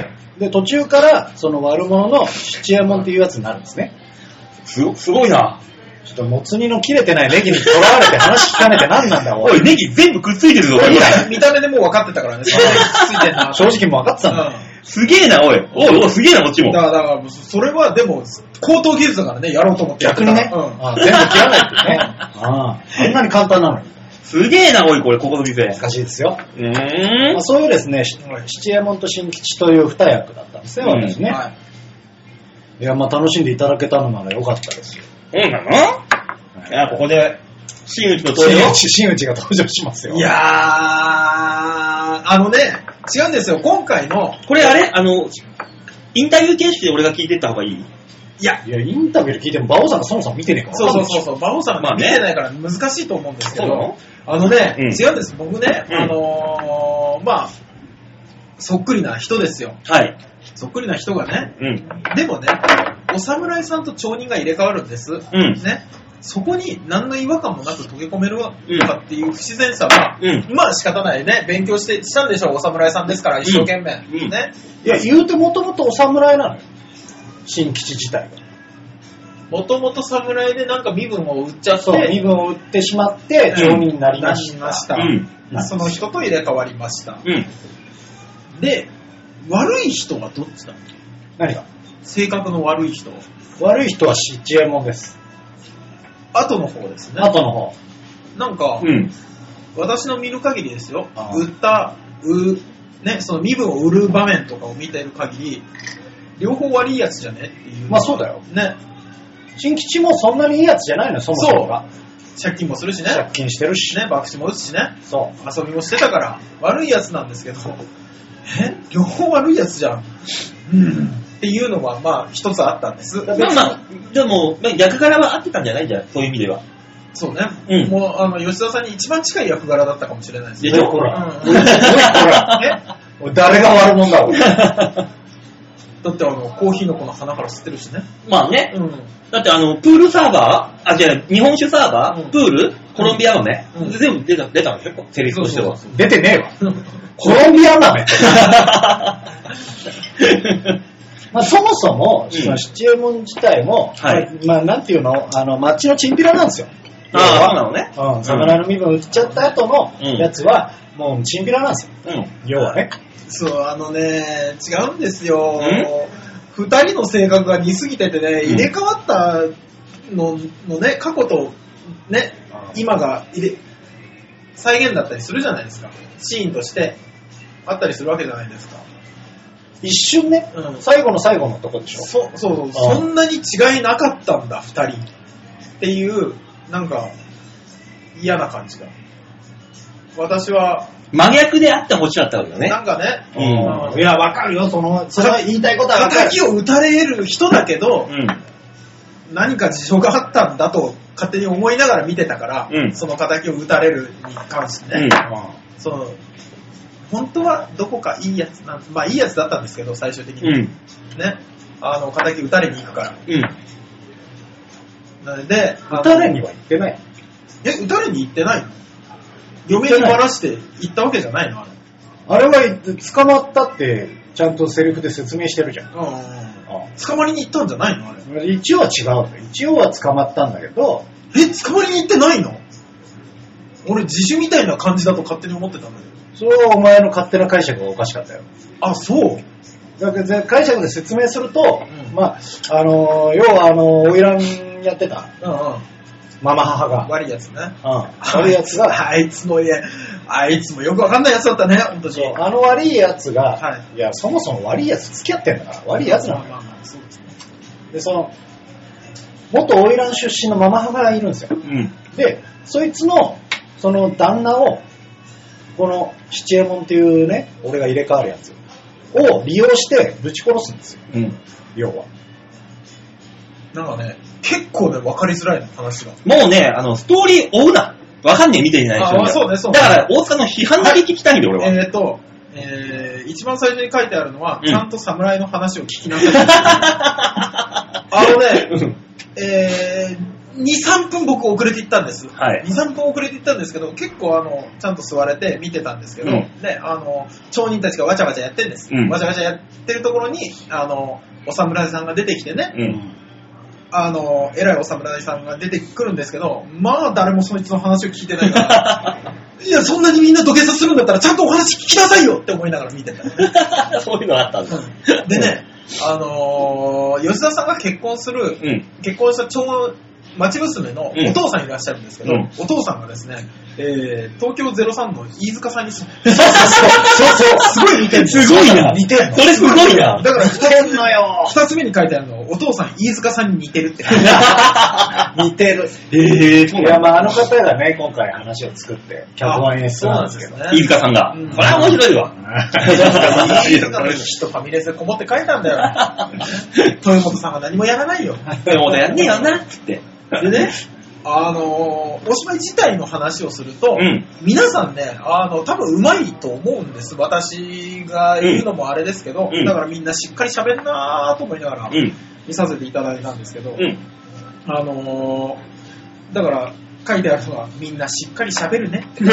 で、途中からその悪者の七右衛門っていうやつになるんですね。 すごいな。 ちょっともつ煮の切れてないネギにとらわれて話聞かねて何なんだおい、ネギ全部くっついてるぞ、 見た目でもう分かってたからね。くっついてんな。 正直もう分かってたんだ。 すげえな、おい、すげえな、こっちも。 だから、それはでも、高等技術だからね、やろうと思って。 逆にね。全部切らないってね。あんなに簡単なのに。 すげえな、おい、これ、ここの店。 難しいですよ。そういうですね、七右衛門と新吉という二役だったんですよ、私ね。はい、いや、まあ楽しんでいただけたのならよかったですよ。 そうなの？いや、ここで、真打ちの登場？ 真打ちが登場しますよ。 いやー、違うんですよ、今回の。 これあれインタビュー形式で俺が聞いてった方がいい？ いや、 インタビューで聞いても、馬王さんがそもそも見てねえから。 そう、馬王さんが見てないから難しいと思うんですけど、違うんです。僕ね、まあ、そっくりな人ですよ。 はい。 そっくりな人がね、でもね、お侍さんと町人が入れ替わるんです。ね。そこに何の違和感もなく溶け込めるかっていう不自然さは、まあ仕方ないね。勉強したんでしょう、お侍さんですから、一生懸命。ね。 いや、言うてもともとお侍なのよ。新吉自体が。 もともと侍でなんか身分を売っちゃって。 身分を売ってしまって、町人になりました。 その人と入れ替わりました。で、悪い人はどっちだ？ 何が？ 性格の悪い人。 悪い人は七右衛門です。 後の方ですね。 後の方。 なんか、私の見る限りですよ。その身分を売る場面とかを見ている限り、両方悪いやつじゃねっていう。 まあそうだよ。 ね。 新吉もそんなにいいやつじゃないのよ、そもそもが。 借金もするしね。 借金してるし。 ね、博打も打つしね。 そう。 遊びもしてたから、悪いやつなんですけど、両方悪いやつじゃん。っていうのは、まあ、一つあったんです。 でも、役柄は合ってたんじゃないんじゃん、そういう意味では。 そうね。もう、吉田さんに一番近い役柄だったかもしれないですね。 でしょ、ほら。誰が悪者だろう。 だってコーヒーのこの鼻から吸ってるしね。 まあね。だってプールサーバー日本酒サーバー、プール、コロンビア豆、全部出たんでしょ、セリフとしては。 出てねえわ。コロンビア豆まあそもそも、七右衛門自体も、まあなんていうの、町のチンピラなんですよ。 そうなのね。 侍の身分売っちゃった後のやつは、もうチンピラなんですよ。要はね。 そう、違うんですよ。二人の性格が似すぎててね、入れ替わったのね、過去とね、今が再現だったりするじゃないですか。シーンとしてあったりするわけじゃないですか。 一瞬ね、最後の最後のとこでしょ。 そんなに違いなかったんだ、二人。っていう、なんか、嫌な感じが。私は、 真逆であってほしかったわけだね。 なんかね。 いや、わかるよ、それは言いたいことはわかる。 敵を撃たれる人だけど、何か事情があったんだと勝手に思いながら見てたから、その敵を撃たれるに関してね。本当はどこかいいやつまあいいやつだったんですけど、最終的に。ね。敵撃たれに行くから。なので、 撃たれには行ってない。 撃たれに行ってないの？嫁にばらして行ったわけじゃないの？ あれは捕まったってちゃんとセリフで説明してるじゃん。 捕まりに行ったんじゃないの？あれ。 一応は違う。一応は捕まったんだけど。 捕まりに行ってないの？俺自首みたいな感じだと勝手に思ってたんだけど。 それはお前の勝手な解釈がおかしかったよ。 あ、そう。 だから解釈で説明すると、まあ要は花魁やってた。ママ母が。 悪いやつね。 悪いやつが。 あいつもよくわかんないやつだったね、本当に。 悪いやつが、いや、そもそも悪いやつ付き合ってんだから、悪いやつなのよ。 そうですね。 で、元花魁出身のママ母がいるんですよ。で、そいつの、その旦那を、この七右衛門っていうね、俺が入れ替わるやつを利用してぶち殺すんですよ。要は。 なんかね、結構ね、分かりづらいの、話が。 もうね、ストーリー追うな。わかんねえ、見ていない人に。 そうね、そうね。だから、大塚の批判だけ聞きたいんだよ、俺は。 一番最初に書いてあるのは、ちゃんと侍の話を聞きなさい。2、3分僕遅れて行ったんです。2、3分遅れて行ったんですけど、結構ちゃんと座れて見てたんですけど、ね、町人たちがわちゃわちゃやってるんです。わちゃわちゃやってるところに、お侍さんが出てきてね、偉いお侍さんが出てくるんですけど、まあ誰もそいつの話を聞いてないから、いや、そんなにみんな土下座するんだったらちゃんとお話聞きなさいよって思いながら見てた。 そういうのがあったんだ。 でね、吉田さんが結婚した町娘のお父さんいらっしゃるんですけど、お父さんがですね、 東京03の飯塚さんにそう、 すごい似てる。 すごいな。 似てる。 それすごいな。 だから二つ目に書いてあるの、お父さん飯塚さんに似てるって。 似てる。いや、まああの方がね、今回話を作って、脚本演出なんですけどね。 飯塚さんが。これは面白いわ。 飯塚のきっとファミレスでこもって書いたんだよ。豊本さんは何もやらないよ。 豊本やんねえよな、つって。 でね、お芝居自体の話をすると、皆さんね、多分うまいと思うんです。私が言うのもあれですけど、だからみんなしっかり喋るなぁと思いながら見させていただいたんですけど、だから書いてあるのはみんなしっかり喋るねって。ほ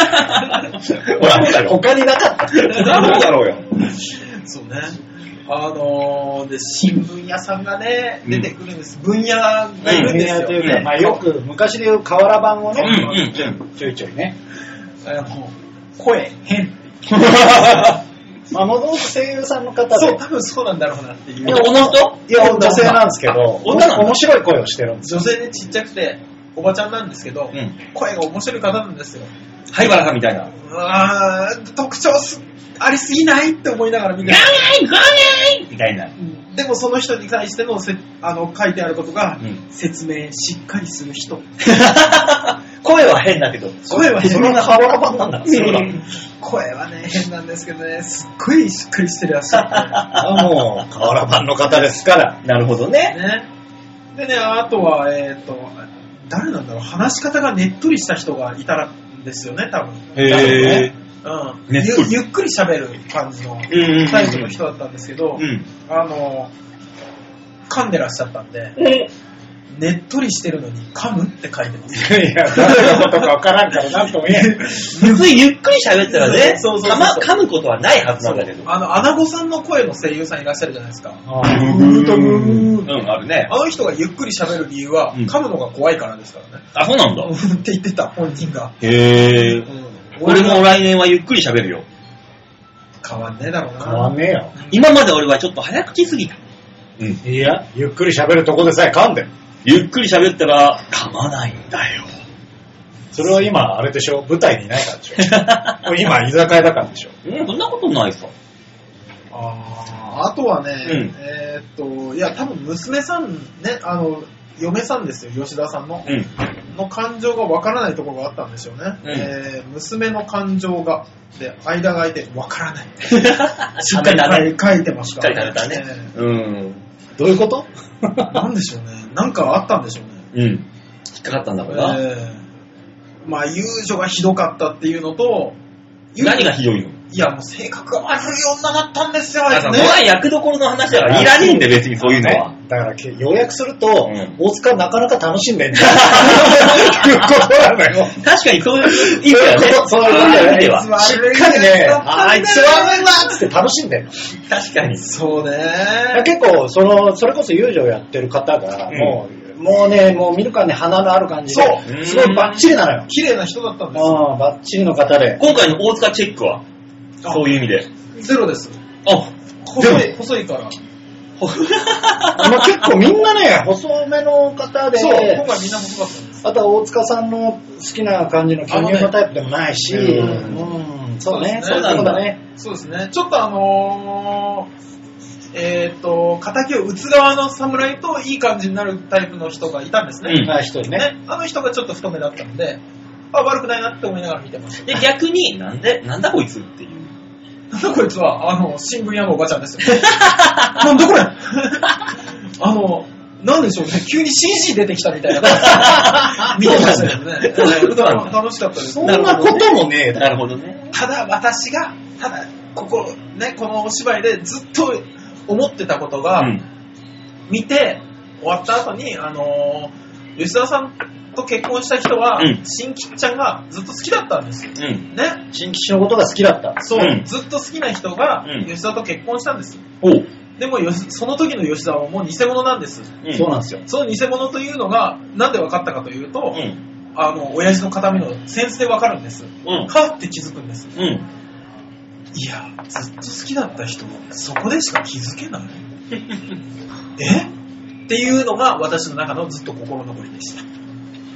ら、他になかった。 なんだろうよ。 そうね。で新聞屋さんがね出てくるんです。分野がいるんですよ。 というか、まあよく昔でいう瓦版をね、ちょいちょいね。 声変。 まあもともと声優さんの方で。 そう、多分そうなんだろうなっていう。 男の人？ いや、女性なんですけど、面白い声をしてるんです。 女性でちっちゃくておばちゃんなんですけど、声が面白い方なんですよ。 灰原さんみたいな。 特徴ありすぎないって思いながら見てる。 ガーみたいな。 でもその人に対しての書いてあることが、説明しっかりする人。 声は変だけど。 声は変。 それが瓦版なんだ。 声はね、変なんですけどね、すっごいしっかりしてるらしい。 もう、瓦版の方ですから。 なるほどね。 でね、あとは、誰なんだろう、話し方がねっとりした人がいたんですよね、多分。 へー。 ゆっくり喋る感じのタイプの人だったんですけど、噛んでらっしゃったんで、ねっとりしてるのに噛むって書いてます。 いや、誰のことかわからんからなんとも言えん。 普通ゆっくり喋ったらね、噛むことはないはずなんだけど。 アナゴさんの声の声優さんいらっしゃるじゃないですか。 あるね。 あの人がゆっくり喋る理由は、噛むのが怖いからですからね。 あ、そうなんだ。 って言ってた、本人が。 へー。俺も来年はゆっくり喋るよ。 変わんねえだろうな。 変わんねえよ。 今まで俺はちょっと早口すぎた。 いや、ゆっくり喋るとこでさえ噛んでる。 ゆっくり喋ったら噛まないんだよ。 それは今、あれでしょ、舞台にいないからでしょ。今、居酒屋だからでしょ。 そんなことないさ。 あとはね、いや、多分娘さんね、嫁さんですよ、吉田さんの。の感情がわからないところがあったんでしょうね。娘の感情が、で、間が空いて、わからない。しっかり書いてました。 しっかり食べたね。 どういうこと？ なんでしょうね。なんかあったんでしょうね。 引っかかったんだろうな。 まあ、遊女がひどかったっていうのと、 何がひどいの？ いや、もう性格が悪い女だったんですよ、 ね。役どころの話だからいらねえんで別にそういうのは。 だから、要約すると、大塚なかなか楽しんでんじゃん。いうことなのよ。 確かにそういう意味だね。 そういう意味では。しっかりね、あいつ悪いなーって楽しんでんの。 確かに。 そうね。 結構、それこそ遊女をやってる方が、もう見るからね、鼻のある感じで。そう。すごいバッチリなのよ。 綺麗な人だったんですよ。 バッチリの方で。 今回の大塚チェックはそういう意味で。 ゼロです。細いから。 結構みんなね、細めの方で。 そう、今回みんな細かったんです。 あとは大塚さんの好きな感じの巨乳のタイプでもないし。そうね。そうだね。 そうですね。ちょっと仇を撃つ側の侍といい感じになるタイプの人がいたんですね。 一人ね。 あの人がちょっと太めだったので、悪くないなって思いながら見てました。 で、逆に、なんだこいつっていう。 なんだこいつは、新聞屋のおばちゃんですよ。なんだこれなんでしょうね、急に CG 出てきたみたいな。見てましたよね。楽しかったです。 そんなこともねえ。 なるほどね。 ただ、このお芝居でずっと思ってたことが、見て、終わった後に、吉田さんと結婚した人は、新吉ちゃんがずっと好きだったんですよ。ね。 新吉のことが好きだった。 そう、ずっと好きな人が、吉田と結婚したんです。でも、その時の吉田はもう偽物なんです。 そうなんですよ。 その偽物というのが、なんで分かったかというと、親父の形見のセンスで分かるんです。はって気づくんです。いや、ずっと好きだった人は、そこでしか気づけないっていうのが私の中のずっと心残りでした。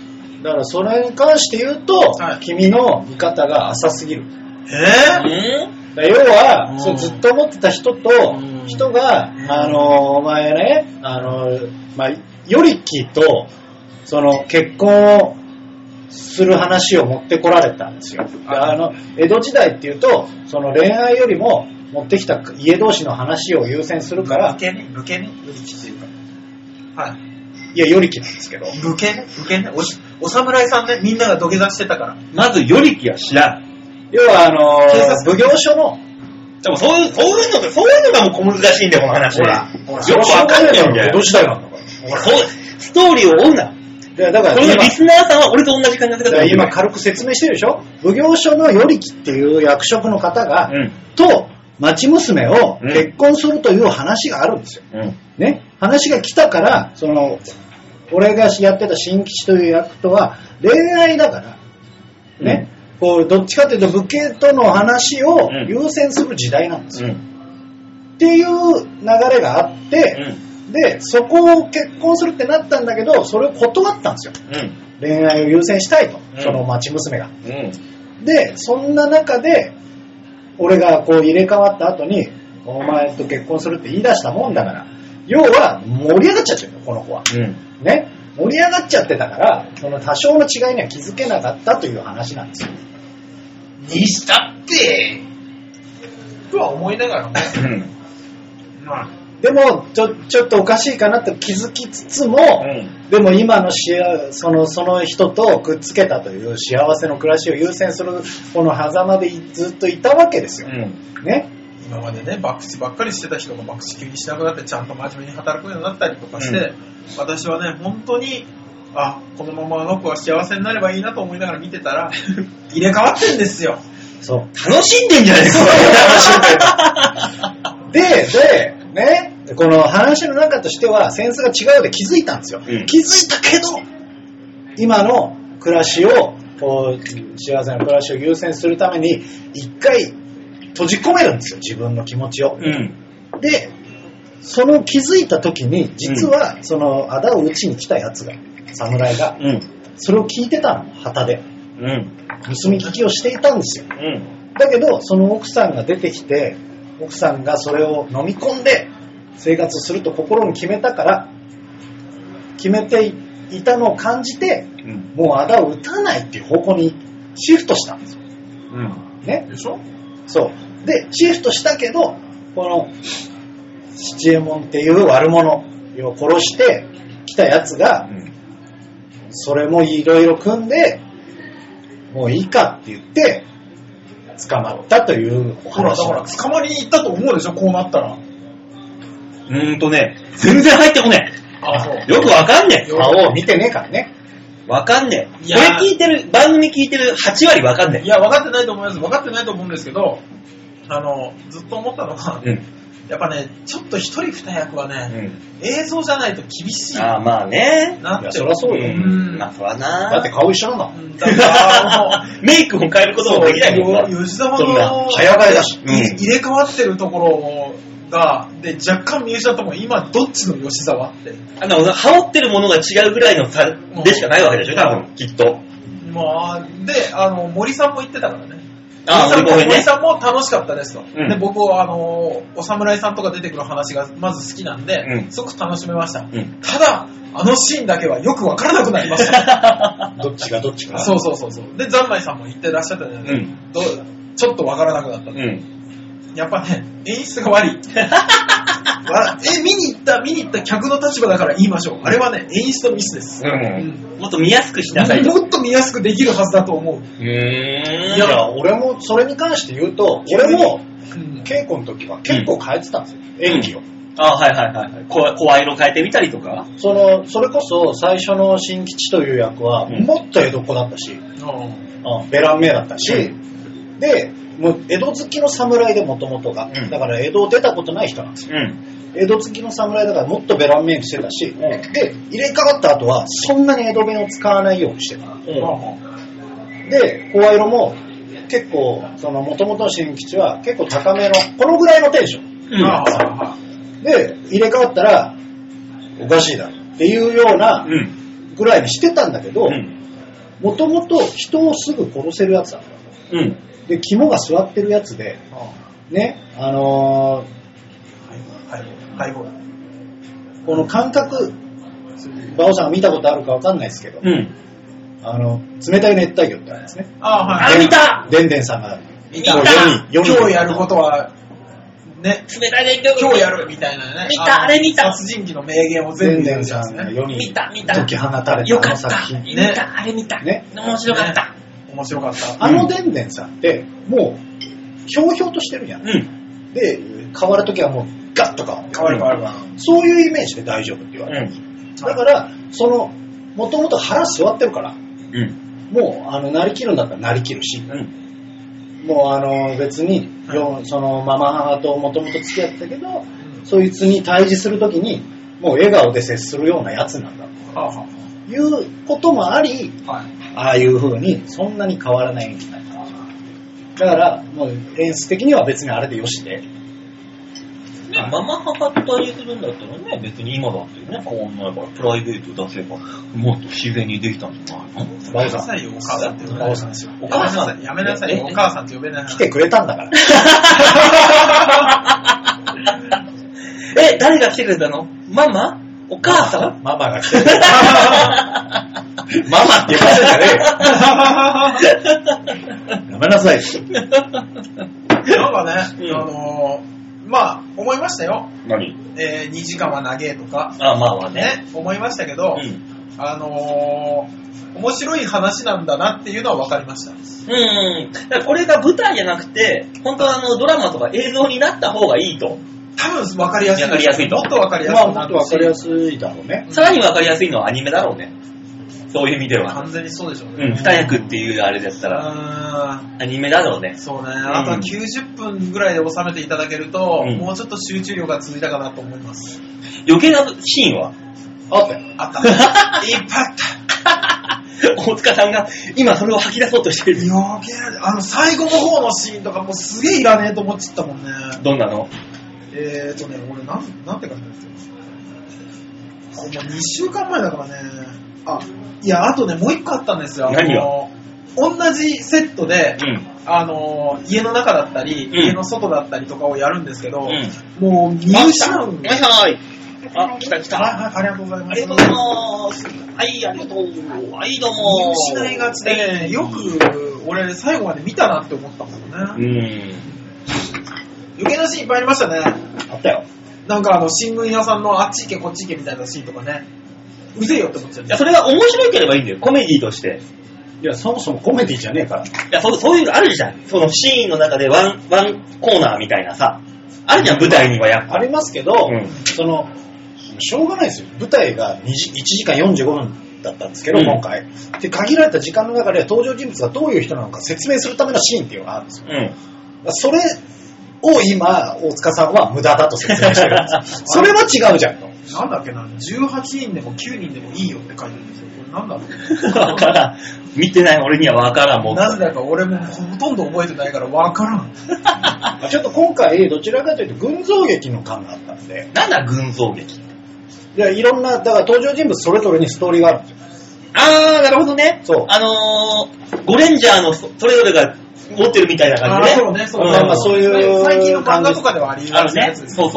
だからそれに関して言うと、君の見方が浅すぎる。要は、そうずっと思ってた人が、お前ね、よりきと、その結婚をする話を持ってこられたんですよ。江戸時代っていうと、その恋愛よりも持ってきた家同士の話を優先するから。 武家ね、よりきっていうか。はい。 いや、よりきなんですけど。 武家ね。お侍さんね、みんなが土下座してたから。 まず、よりきは知らん。 要は、奉行所の、 でもそういうのがもう小難しいんだよ、この話。ほら。よくわかんないんだよ。 江戸時代なんだから。 ストーリーを追うな。 だからこれリスナーさんは俺と同じ考え方だ。 今軽く説明してるでしょ。奉行所のよりきっていう役職の方が、と町娘を結婚するという話があるんですよ。ね。話が来たから、その俺がやってた新吉という役とは恋愛だから、ね。こうどっちかというと武家との話を優先する時代なんですよ。っていう流れがあって、でそこを結婚するってなったんだけど、それを断ったんですよ。恋愛を優先したいと、その町娘が。でそんな中で俺がこう入れ替わった後にお前と結婚するって言い出したもんだから、要は盛り上がっちゃってるのこの子は。ね。盛り上がっちゃってたから、その多少の違いには気づけなかったという話なんですよ。 にしたってとは思いながらね。 でもちょっとおかしいかなと気づきつつも、でも今のその人とくっつけたという幸せの暮らしを優先するこの狭間でずっといたわけですよ。ね。 今までね、博打ばっかりしてた人が博打急にしなくなってちゃんと真面目に働くようになったりとかして、私はね、本当にこのままあの子は幸せになればいいなと思いながら見てたら入れ替わってんですよ。 そう。楽しんでんじゃないですか。で、ね、この話の中としてはセンスが違うで気づいたんですよ。気づいたけど、今の暮らしを、こう幸せな暮らしを優先するために一回閉じ込めるんですよ、自分の気持ちを。で、その気づいた時に実はその仇を討ちに来たやつが、侍が、それを聞いてたの、旗で。盗み聞きをしていたんですよ。だけどその奥さんが出てきて、奥さんがそれを飲み込んで生活すると心に決めたから、決めていたのを感じて、もう仇を討たないっていう方向にシフトしたんですよ。ね。 でしょ？ そう。でシフトしたけど、この七右衛門っていう悪者を殺してきたやつが、それもいろいろ組んで、もういいかって言って捕まったというお話。 だから捕まりに行ったと思うでしょ、こうなったら。 全然入ってこねえ。よくわかんねえ。 顔を見てねえからね。 わかんねえ。これ聞いてる、番組聞いてる8割わかんねえ。 いや、わかってないと思います。わかってないと思うんですけど、ずっと思ったのが、やっぱね、ちょっと一人二役はね、映像じゃないと厳しい。 まあね。 いや、そりゃそうよ。 まあ、そらな。 だって顔一緒なんだもん。 メイクも変えることもできないもんな。 吉沢の早替えだし、 入れ替わってるところが、で、若干見失ったもん、今どっちの吉沢って。 羽織ってるものが違うぐらいの差でしかないわけでしょ、多分、きっと。 まあ、で、森さんも言ってたからね。 森さんも楽しかったですと。で、僕はお侍さんとか出てくる話がまず好きなんで、すごく楽しめました。ただ、シーンだけはよくわからなくなりました。 どっちがどっちか。 そう。で、ざんまいさんも言ってらっしゃったじゃないですか。ちょっとわからなくなった。やっぱね、演出が悪い。見に行った客の立場だから言いましょう。あれはね、演出のミスです。 もっと見やすくしなさい。 もっと見やすくできるはずだと思う。 いや、俺もそれに関して言うと、俺も稽古の時は結構変えてたんですよ、演技を。 声色変えてみたりとか。 それこそ最初の新吉という役はもっと江戸っ子だったし、ベラン名だったし、でもう江戸好きの侍でもともとが、だから江戸を出たことない人なんですよ。江戸好きの侍だからもっとベラン名にしてたし、で入れ替わった後はそんなに江戸弁を使わないようにしてた。で声色も結構もともとの新吉は結構高めのこのぐらいのテンション、で入れ替わったらおかしいだっていうようなぐらいにしてたんだけど、 もともと人をすぐ殺せるやつだから。うん。で、肝が座ってるやつで、ね、この感覚、馬王さんが見たことあるかわかんないですけど、うん、冷たい熱帯魚ってあるんですね。 はい。見た！ でんでんさんが。 見た！今日やることは、ね、 冷たい熱帯魚今日やるみたいなね。 見た、あれ見た。 殺人鬼の名言を全部言うんですね。でんでんさんが世に解き放たれたよかった。見た、あれ見た。ね。面白かった。 面白かった。 でんでんさんって、もう、ひょうひょうとしてるじゃん。うん。で、変わるときはもう、ガッと変わる。そういうイメージで大丈夫って言われる。だから、もともと腹座ってるから、うん、もう、なりきるんだったらなりきるし、うん、もう、別に、その、ママ母ともともと付き合ってたけど、そいつに対峙するときに、もう笑顔で接するようなやつなんだということもあり、はい、ああいう風に、そんなに変わらないみたいな。だから、もう演出的には別にあれでよしで。 ママ母と対峙するんだったらね、別に今だってね、変わんないから、プライベート出せば、もっと自然にできたんじゃないの？ バオさんよ、お母さんって呼べない。 お母さんやめなさいよ、お母さんって呼べない。 来てくれたんだから。 誰が来てくれたの？ママ？お母さん？ ママが来てくれた。ママって呼ばせたね。やめなさい。 なんかね、まあ、思いましたよ。 何 ？2時間は長えとか。 まあね。 思いましたけど、面白い話なんだなっていうのは分かりました。 だからこれが舞台じゃなくて、本当はドラマとか映像になった方がいいと。 多分分かりやすい。 分かりやすいと。 もっと分かりやすい。 もっと分かりやすいだろうね。 さらに分かりやすいのはアニメだろうね。そういう意味では。 完全にそうでしょうね。 二役っていうあれだったら、アニメだろうね。 そうね。あとは90分ぐらいで収めていただけると、もうちょっと集中力が続いたかなと思います。 余計なシーンはあったよ。あった。いっぱいあった。大塚さんが今それを吐き出そうとしてる。 余計な、最後の方のシーンとかもうすげえいらねえと思っちゃったもんね。 どんなの？ 俺なんて書いてあるんですよ。もう2週間前だからね。いや、あとね、もう一個あったんですよ。 何が？ 同じセットで、家の中だったり、家の外だったりとかをやるんですけど、もう見失うんで。 はい。来た。 ありがとうございます。 ありがとうございます。はい、ありがとう。はい、どうも。 見失いがちでね、よく俺最後まで見たなって思ったもんね。余計なシーンいっぱいありましたね。 あったよ。 なんか新聞屋さんのあっち行けこっち行けみたいなシーンとかね。うぜえよって思っちゃう。 いや、それが面白ければいいんだよ。コメディとして。 いや、そもそもコメディじゃねえから。いや、そういうのあるじゃん。そのシーンの中でワンコーナーみたいなさ。あるじゃん、舞台にはやっぱ。 ありますけど、しょうがないですよ。舞台が1時間45分だったんですけど、今回。で、限られた時間の中で登場人物がどういう人なのか説明するためのシーンっていうのがあるんですよ。それを今、大塚さんは無駄だと説明してるんですよ。それは違うじゃんと。 なんだっけな、18人でも9人でもいいよって書いてるんですよ。これなんだろう。わからん。見てない俺にはわからんもん。 なんだか俺もほとんど覚えてないからわからん。 ちょっと今回どちらかというと群像劇の感があったんで。 なんだ群像劇？ いや、いろんな、だから登場人物それぞれにストーリーがあるんですよ。 なるほどね。そう。ゴレンジャーのそれぞれが持ってるみたいな感じで。 そうね。 そういう最近の漫画とかではありますね。 そう。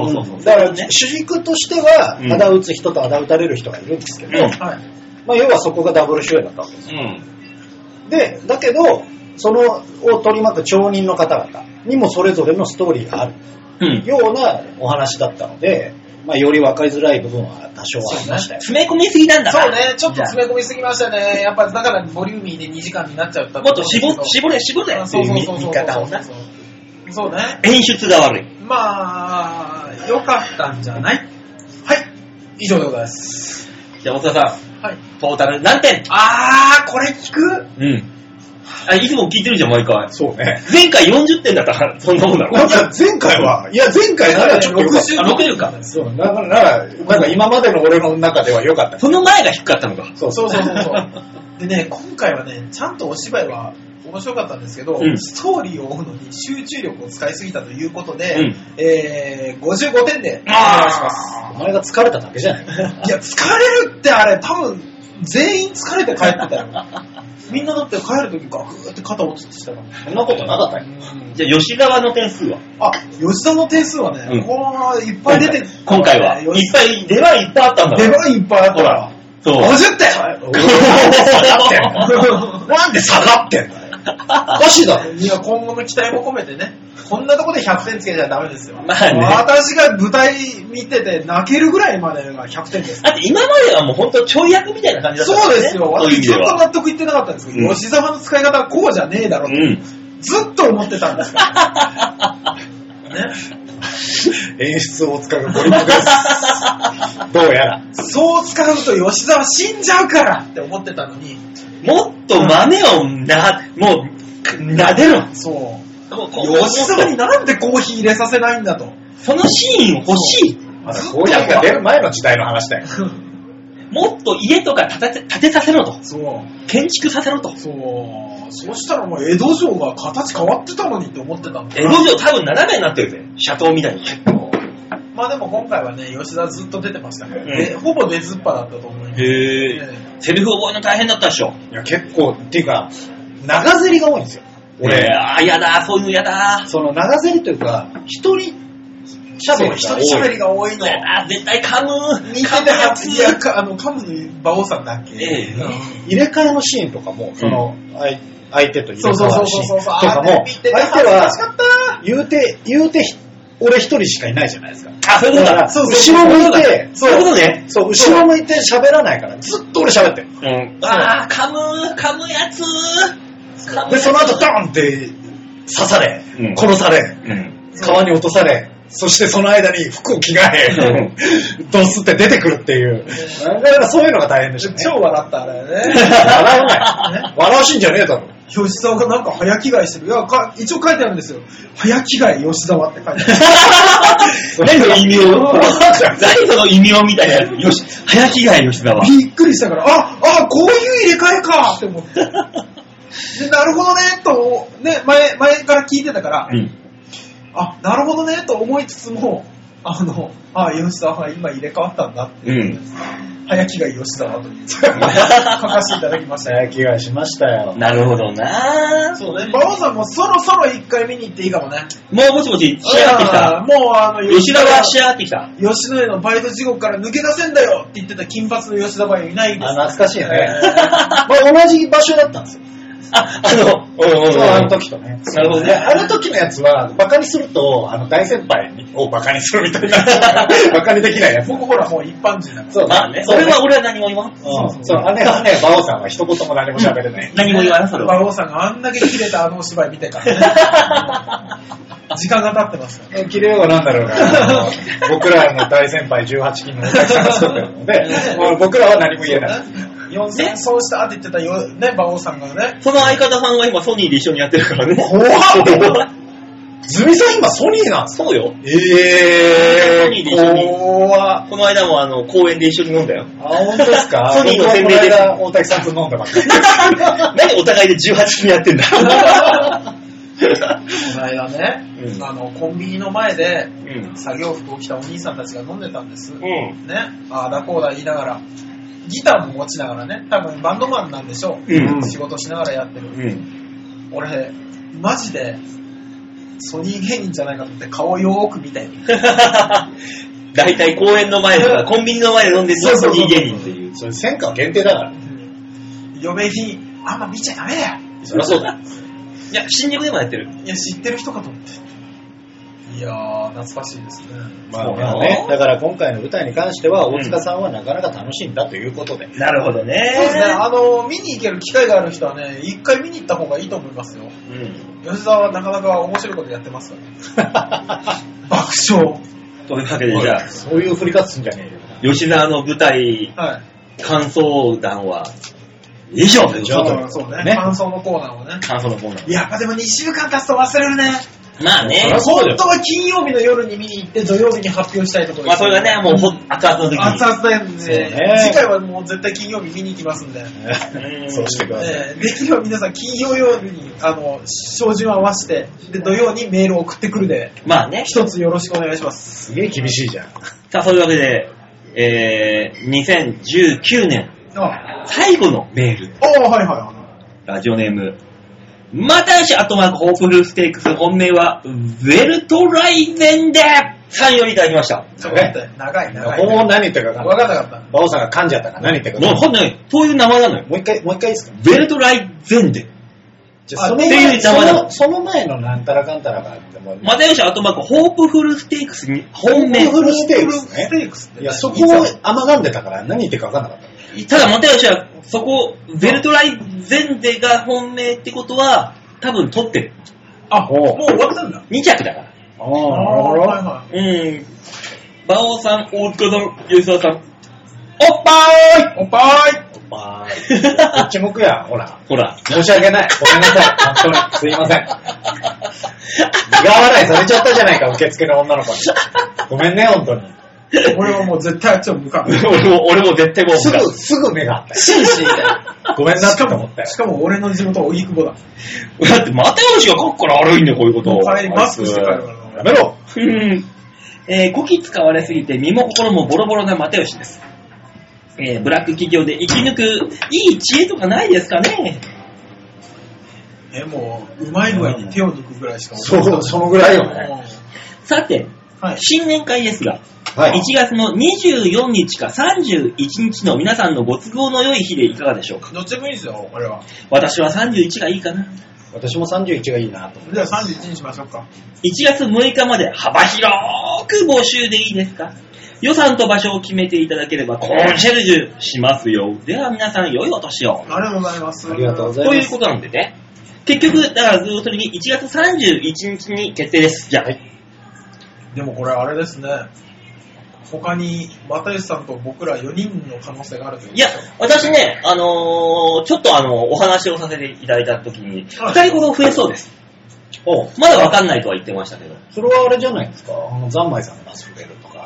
だから主軸としては、仇討つ人と仇討たれる人がいるんですけど、要はそこがダブル主演だったわけですよ。で、だけど、そのを取り巻く町人の方々にもそれぞれのストーリーがあるようなお話だったので、より分かりづらい部分は多少はありましたよ。 詰め込みすぎなんだな。 そうね、ちょっと詰め込みすぎましたね。やっぱだからボリューミーで2時間になっちゃった。 もっと絞れっていう見方をな。 そうね。 演出が悪い。 まあ、良かったんじゃない？はい。以上でございます。 じゃあ、大塚さん。はい。トータル何点？ これ聞く？ いつも聞いてるじゃん、毎回。 そうね。 前回40点だったら、そんなもんだろ。 なんか前回ならちょっと 60か。 そう、だからなんか今までの俺の中では良かった。 その前が低かったのか。 そう。でね、今回はね、ちゃんとお芝居は面白かったんですけど、ストーリーを追うのに集中力を使いすぎたということで、55点でお願いします。 お前が疲れただけじゃない？ いや、疲れるってあれ、多分、 全員疲れて帰ってたよ。みんなだって帰るときガクーって肩落ちてたから。 そんなことなかったよ。 じゃあ吉沢の点数は？ 吉沢の点数はね、いっぱい出て今回は。いっぱい、出番いっぱいあったんだ。 出番いっぱいあったら。 そう。 50点なんで下がってんのおかしいだろ。 いや、今後の期待も込めてね。こんなとこで100点つけちゃダメですよ。 まあね。 私が舞台見てて泣けるぐらいまでが100点です。 だって今まではもう本当ちょい役みたいな感じだったんですね。そうですよ。私ずっと納得いってなかったんですけど、吉沢の使い方はこうじゃねえだろうと、ずっと思ってたんですから。ね。 演出大塚がゴリップです。どうやら。 そう使うと吉沢死んじゃうからって思ってたのに。 もっと豆をもう、撫でろ。 そう。吉沢になんでコーヒー入れさせないんだと。 そのシーン欲しい。 まだコーヒーが出る前の時代の話だよ。 もっと家とか建てさせろと。 そう。 建築させろと。 そう。そしたらもう江戸城が形変わってたのにって思ってたんだ。 江戸城多分斜めになってるぜ。シャトーみたいに。 まあでも今回はね、吉田ずっと出てましたから、ほぼ出ずっぱだったと思います。 へぇセリフ覚えの大変だったでしょ。 いや結構、っていうか、長ゼリが多いんですよ。 俺、やだ、そういうのやだ。 その長ゼリというか、一人喋りが多いの。 絶対噛む。 見てて噛むの馬王さんだっけ、 入れ替えのシーンとかも、その、相手と入れ替えのシーンとかも、相手は、言うて、俺一人しかいないじゃないですか。 そういうことだ。 後ろ向いて、 そういうことね。 そう、後ろ向いて喋らないから、ずっと俺喋ってる。 噛むやつ。 で、その後ドーンって刺され、殺され、川に落とされ、そしてその間に服を着替え、ドスって出てくるっていう。だからそういうのが大変でしたね。 超笑ったあれね。 笑わない。笑わしいんじゃねえだろ。 吉沢がなんか早着替えしてる。いや、一応書いてあるんですよ。早着替え吉沢って書いてある。 何その意味を何その意味をみたいなやつ。早着替え吉沢。 びっくりしたから、こういう入れ替えかって思って。でなるほどね、と、ね、前から聞いてたから、なるほどね、と思いつつも、吉沢は今入れ替わったんだって。早着替え吉沢と書かせていただきました。 早着替えしましたよ。 なるほどな。 そうね。馬王さんもそろそろ一回見に行っていいかもね。 もうぼちぼち仕上がってきた。 もう吉田が仕上がってきた。 吉野家のバイト地獄から抜け出せんだよって言ってた金髪の吉田バイトいないんです。 懐かしいよね。同じ場所だったんですよ。あの時とね。 なるほどね。 あの時のやつは、バカにすると、大先輩をバカにするみたいな。バカにできないやつ。 僕ほらもう一般人だから。 そうね。俺は何も言わん。 そう、姉はね、馬王さんは一言も何も喋れない。 何も言わない、それは。 馬王さんがあんだけ切れたお芝居見てからね。時間が経ってますからね。切れようがなんだろうな。僕らの大先輩18金のお客さんが作ってるので、僕らは何も言えない。 4000そうしたって言ってたよね、馬王さんがね。 その相方さんは今ソニーで一緒にやってるからね。 怖っズミさん今ソニーなんですか？ そうよ。ソニーで一緒に。この間も公園で一緒に飲んだよ。 本当ですか？ ソニーの宣伝で。 大滝さんと飲んでます。 何お互いで18金やってんだ。この間ね、コンビニの前で、作業服を着たお兄さんたちが飲んでたんです。ね、あだこうだ言いながら。ギターも持ちながらね、多分バンドマンなんでしょう。仕事しながらやってる。俺、マジで、ソニー芸人じゃないかと思って顔をよーく見たよ。 大体公園の前とか、コンビニの前で飲んでるソニー芸人っていう。 それ戦果限定だから。 嫁に、あんま見ちゃダメだよ。 そりゃそうだ。いや、新宿でもやってる。 いや、知ってる人かと思って。いやー、懐かしいですね。 まあね、だから今回の舞台に関しては、大塚さんはなかなか楽しいんだということで。 なるほどね。 そうですね、見に行ける機会がある人はね、一回見に行った方がいいと思いますよ。吉沢はなかなか面白いことやってますから。爆笑。 というわけで、じゃあ、 そういう振り方すんじゃねえよ。吉沢の舞台、感想談は、以上でしょ。そうね。感想のコーナーをね。 感想のコーナー。 やっぱでも2週間経つと忘れるね。 まあね。 本当は金曜日の夜に見に行って土曜日に発表したいところです。 まあそれがね、もう熱々の時に。 熱々だよね。次回はもう絶対金曜日見に行きますんで。 そうしてください。 できれば皆さん金曜夜に照準を合わせて、で土曜にメールを送ってくるで。 まあね。 一つよろしくお願いします。 すげえ厳しいじゃん。 さあそういうわけで、2019年最後のメール。 はいはい。 ラジオネーム。またよし、ホープフルステークス、本命は、ゼルトライゼンでさんよりいただきました。 長い。 本物何言ってるか分かんなかった。 バオさんが噛んじゃったから何言ってるか分かんない。そういう名前なのよ。 もう一回いいですか？ ゼルトライゼンで。 じゃあその前のなんたらかんたらがあっても。 またよし、ホープフルステークスに、本命。 ホープフルステークスね。いや、そこを甘がんでたから何言ってるか分かんなかった。 ただ、またよしは、そこ、ゼルトライゼンデが本命ってことは、多分取ってる。 もう終わったんだ。 2着だから。 なるほど。 馬王さん、大塚さん、吉沢さん、おっぱーいおっぱーいこっち向くやん、ほら。 申し訳ない。ごめんなさい。本当に。すいません。苦笑いされちゃったじゃないか、受付の女の子に。ごめんね、本当に。 俺はもう絶対あっちを向かん。 俺も絶対もう向かん。 すぐ目があった。ごめんなって思ったよ。 しかも俺の地元は荻窪だ。 だって又吉が書くから悪いんだよ、こういうこと。 帰りマスクして帰るから。 やめろ。 こき使われすぎて身も心もボロボロな又吉です。ブラック企業で生き抜くいい知恵とかないですかね。 もううまい具合に手を抜くぐらいしかそのぐらいよね。 さて、新年会ですが、1月の24日か31日の皆さんのご都合の良い日でいかがでしょうか。 どっちでもいいですよ、俺は。 私は31がいいかな。 私も31がいいなと思って。 じゃあ31にしましょうか。 1月6日まで幅広く募集でいいですか。予算と場所を決めていただければコンシェルジュしますよ。では皆さん良いお年を。 ありがとうございます。 ありがとうございます。 ということなんでね。結局、だから要するに1月31日に決定です。じゃあ。 でもこれあれですね。他に又吉さんと僕ら4人の可能性があるという。 いや、私ね、ちょっとお話をさせていただいたときに、2人ほど増えそうです。まだわかんないとは言ってましたけど。 それはあれじゃないですか。ザンマイさんが増えるとか。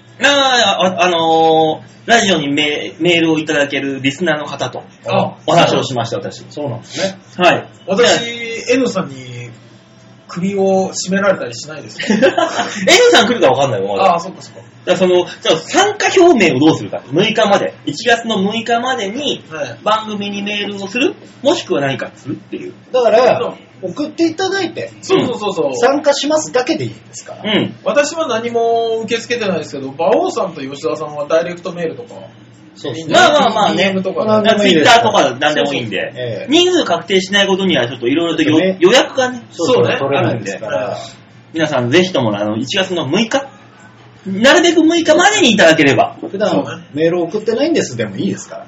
ラジオにメールをいただけるリスナーの方とお話をしました、私。 そうなんですね。 はい。 私、N さんに首を絞められたりしないですか？ N さん来るかわかんないよ、まだ。 そっかそっか。 だから参加表明をどうするか。6日まで。1月の6日までに番組にメールをする、もしくは何かするっていう。 だから、送っていただいて、 そう参加しますだけでいいですから。 私は何も受け付けてないですけど、馬王さんと吉田さんはダイレクトメールとか。 そうですね。まあね。ツイッターとか何でもいいんで。人数確定しないことにはちょっといろいろと予約がね、あるんで。皆さんぜひとも1月の6日、なるべく6日までにいただければ。 普段メール送ってないんですでもいいですから。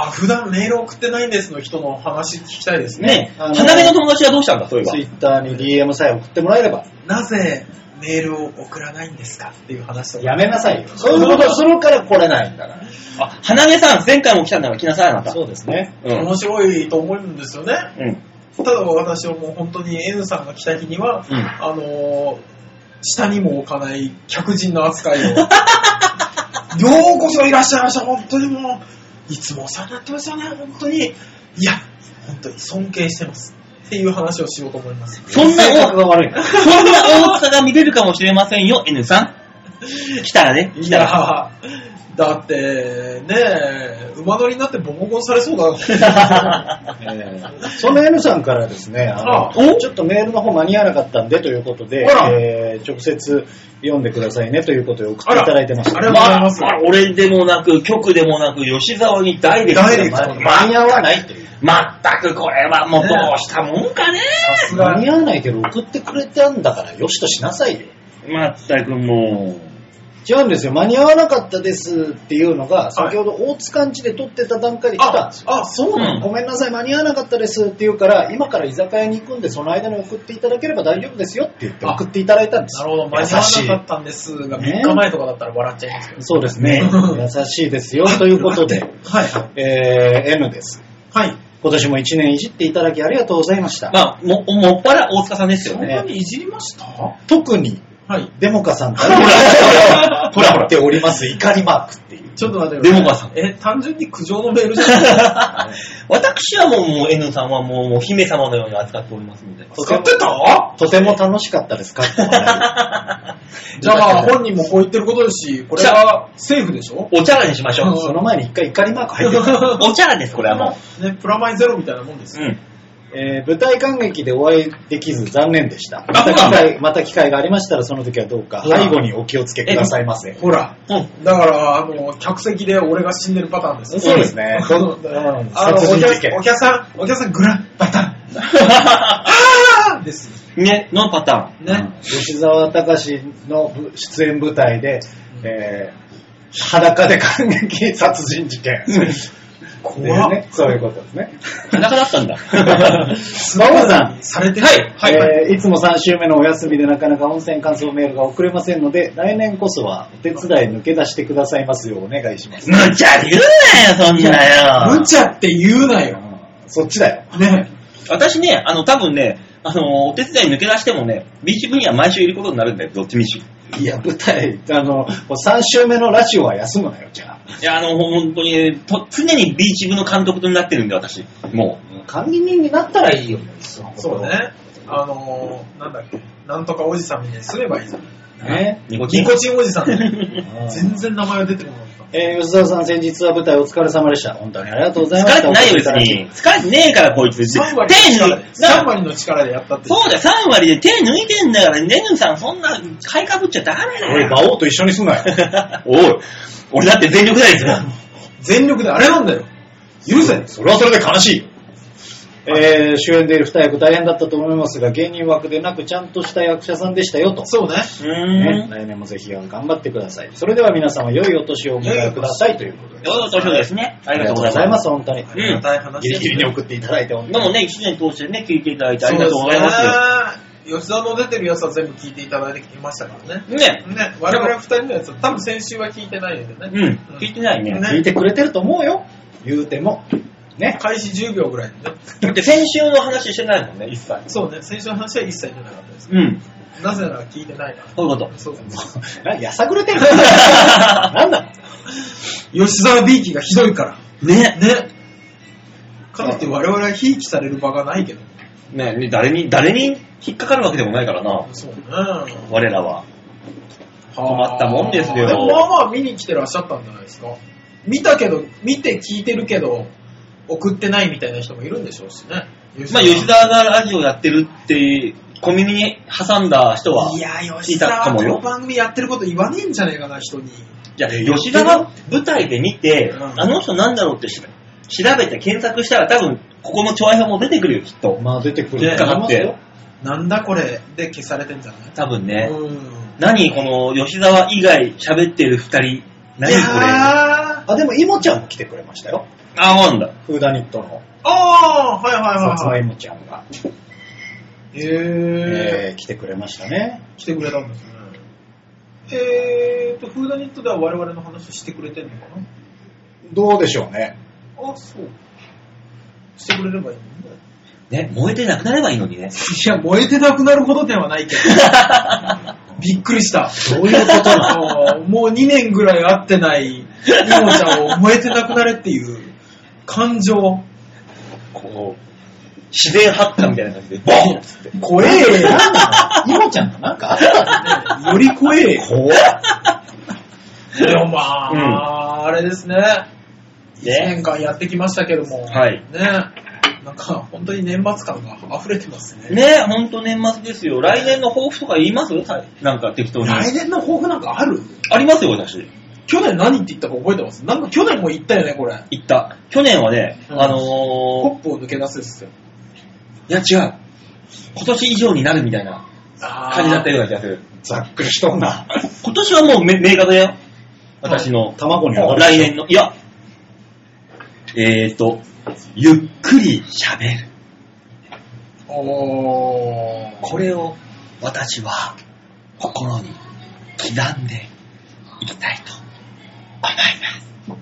普段メール送ってないんですの人の話聞きたいですね。 花芽の友達はどうしたんだ、そういえば。 ツイッターに DM さえ送ってもらえれば。 なぜメールを送らないんですかっていう話とか。 やめなさいよ。そういうことするから来れないんだから。 花芽さん、前回も来たんだから来なさい、あなた。 そうですね。 面白いと思うんですよね。ただ私はもう本当に N さんが来た日には、下にも置かない客人の扱いを。ようこそいらっしゃいました。本当にもう、いつもお世話になってますよね。本当に。いや、本当に尊敬してます。っていう話をしようと思います。 そんな大塚が見れるかもしれませんよ、N さん。来たらね。 いや、だって、ねえ、馬乗りになってボコボコされそうだ。 その N さんからですね、ちょっとメールの方間に合わなかったんでということで、直接読んでくださいねということで送っていただいてました。 ありがとうございます。 俺でもなく、局でもなく、吉沢にダイレクト。 間に合わないっていう。 まったくこれはもうどうしたもんかね。 さすが間に合わないけど送ってくれたんだからよしとしなさいよ。 まったくもう。 違うんですよ。間に合わなかったですっていうのが、先ほど大塚ん家で撮ってた段階で来たんですよ。 そうなの？ ごめんなさい、間に合わなかったですって言うから、今から居酒屋に行くんで、その間に送っていただければ大丈夫ですよって言って送っていただいたんですよ。 なるほど、間に合わなかったんですが、3日前とかだったら笑っちゃいますけど。 そうですね。優しいですよということで、N です。はい。今年も1年いじっていただきありがとうございました。 もっぱら大塚さんですよね。 そんなにいじりました？ 特にはい、デモカさんからほらっております怒りマークっていう。 ちょっと待って。 デモカさん。 単純に苦情のメールじゃないですか。 私はもう N さんはもう姫様のように扱っておりますので。 使ってた？ とても楽しかったですか？じゃあ本人もこう言ってることですし、これはセーフでしょ？ お茶らにしましょう。 その前に一回怒りマーク入ってる。 お茶らです、これはもう。ね、プラマイゼロみたいなもんですよ。 舞台観劇でお会いできず残念でした。また機会がありましたらその時はどうか背後にお気をつけくださいませ。 ほら、だから客席で俺が死んでるパターンですよ。 そうですね。 お客さんグランパターン。あーですね、のパターン。 ね、吉沢隆の出演舞台で、裸で観劇殺人事件。 怖っ、ね、 そういうことですね。 裸だったんだ。 馬王さん、 されてはい、いつも3週目のお休みでなかなか温泉感想メールが送れませんので、来年こそはお手伝い抜け出してくださいますようお願いします。 無茶言うなよ、そんなよ。無茶って言うなよ。 そっちだよ。 ね。 私ね、多分ね、お手伝い抜け出してもね、ビーチ部には毎週いることになるんだよ、どっちみち。 いや、舞台、3週目のラジオは休むなよ、じゃあ。 いや、本当に、常にビーチ部の監督となってるんで、私。もう。管理人になったらいいよ。 そうね。なんだっけ、なんとかおじさんみたいにすればいいじゃん。 ね、 ニコチンおじさん。全然名前が出てこなかった。 吉沢さん、先日は舞台お疲れ様でした。本当にありがとうございました。 疲れてないよ、別に。疲れてねえから、こいつ。 3割の力でやったって。 そうだよ、3割で手抜いてんだから、ネヌさん、そんな、買いかぶっちゃダメだよ。 俺、馬王と一緒にすんなよ。 おい、俺だって全力だよ、 全力であれなんだよ。許せ。 それはそれで悲しいよ。主演でいる2役大変だったと思いますが、芸人枠でなくちゃんとした役者さんでしたよと。 そうね。 来年もぜひ頑張ってください。それでは皆様良いお年をお迎えくださいということで。 良いお年をですね。 ありがとうございます、本当に。 ギリギリに送っていただいて、 でもね、1年通してね、聞いていただいてありがとうございますよ。吉沢の出てるやつは全部聞いていただいてきましたからね。 ね。 我々2人のやつは多分先週は聞いてないんでね。 聞いてないね。 聞いてくれてると思うよ。言うても。ね。 開始10秒ぐらいでね。 だって先週の話してないもんね、一切。 そうね、先週の話は一切出なかったです。なぜなら聞いてないから。 そういうこと。 そうです。 やさぐれてるなんだ吉沢ビーキがひどいから。 ね。 かといって我々はひいきされる場がないけど。 ね、誰に引っかかるわけでもないからな。 そうね。 我らは。困ったもんですよ。 でもまあ見に来てらっしゃったんじゃないですか。見て聞いてるけど、送ってないみたいな人もいるんでしょうしね。 まあ吉田がラジオやってるって小耳に挟んだ人は吉田はこの番組やってること言わねえんじゃねえかな、人に。いや、吉田が舞台で見て、あの人なんだろうって調べて検索したら多分ここの調和表も出てくるよ、きっと。 まあ出てくる。 なんだこれで消されてんじゃない？ 多分ね。何この吉沢以外喋ってる二人。何これ。 でもイモちゃんも来てくれましたよ。 なんだ。 フーダニットの。 はい。 さつまいもちゃんが。来てくれましたね。 来てくれたんですね。フーダニットでは我々の話してくれてんのかな？ どうでしょうね。 そう。してくれればいいのね。燃えてなくなればいいのにね。 いや、燃えてなくなるほどではないけど。びっくりした。 どういうことなの？ もう2年ぐらい会ってないイモちゃんを燃えてなくなれっていう感情。 こう、自然発火みたいな感じで、ボンっつって。 怖えよ。 イモちゃんのなんかあったね。より怖えよ。 怖っ。 でもまあ、あれですね。1年間やってきましたけども。 はい。 ね。なんか、本当に年末感が溢れてますね。 ね、本当年末ですよ。来年の抱負とか言いますなんか適当に。 来年の抱負なんかある？ ありますよ、私。 去年何って言ったか覚えてます？なんか去年も言ったよね、これ。 言った。去年はね、 ホップを抜け出すですよ。 いや、違う。今年以上になるみたいな感じだったような気がする。 ざっくりしとんな。 今年はもう明確だよ。私の。 卵に上がる。 来年の。いや。ゆっくり喋る。これを私は心に刻んでいきたいと思います。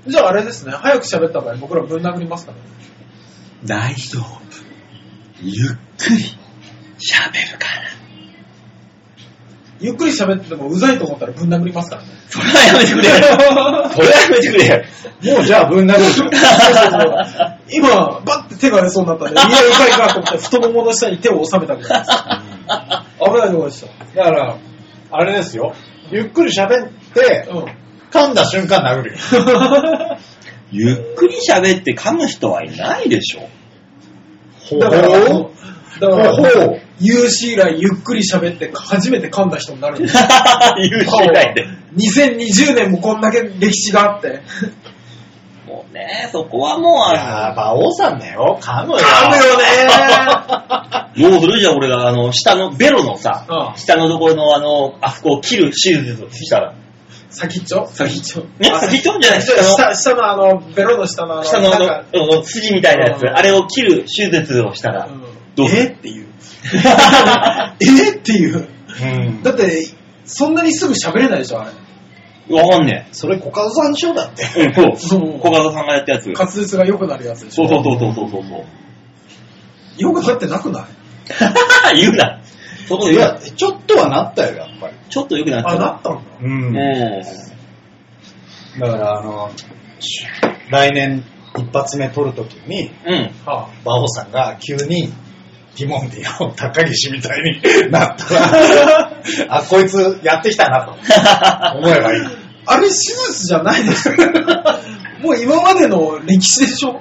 じゃああれですね、早く喋った場合僕らぶん殴りますからね。 大丈夫。ゆっくり喋るから。 ゆっくり喋っててもうざいと思ったらぶん殴りますからね。 それはやめてくれ。それはやめてくれ。 もうじゃあぶん殴る。 今、バッて手が出そうになったんで、いや、うざいかと思って太ももの下に手を収めたぐらいです。危ないところでした。 だから、あれですよ。ゆっくり喋って、噛んだ瞬間殴るよ。 ゆっくり喋って噛む人はいないでしょ。 だから有史以来ゆっくり喋って初めて噛んだ人になるんです。 有史以来で。 2020年もこんだけ歴史があって。 もうね、そこはもういやー、馬王さんだよ。噛むよ。 噛むよねー。どうするじゃん、俺が下のベロのさ、下のところのあそこを切る手術をしたら。 先っちょ先っちょね、先っちょじゃない下のベロの下の下の筋みたいなやつ、あれを切る手術をしたら、 どうっていう。っていう。だって、そんなにすぐ喋れないでしょ、あれ。 わかんねえ。 それ、コカドさんでしょだって。 そう。コカドさんがやったやつ。 滑舌が良くなるやつでしょ。 そう。 良くなってなくない言うな。 いや、ちょっとはなったよ、やっぱり。 ちょっと良くなった。 あ、なったんだ。 だから、来年一発目撮るときに、馬王さんが急に、ティモンディの高岸みたいになったら、あ、こいつやってきたなと思えばいい。 あれ手術じゃないですよ。もう今までの歴史でしょ。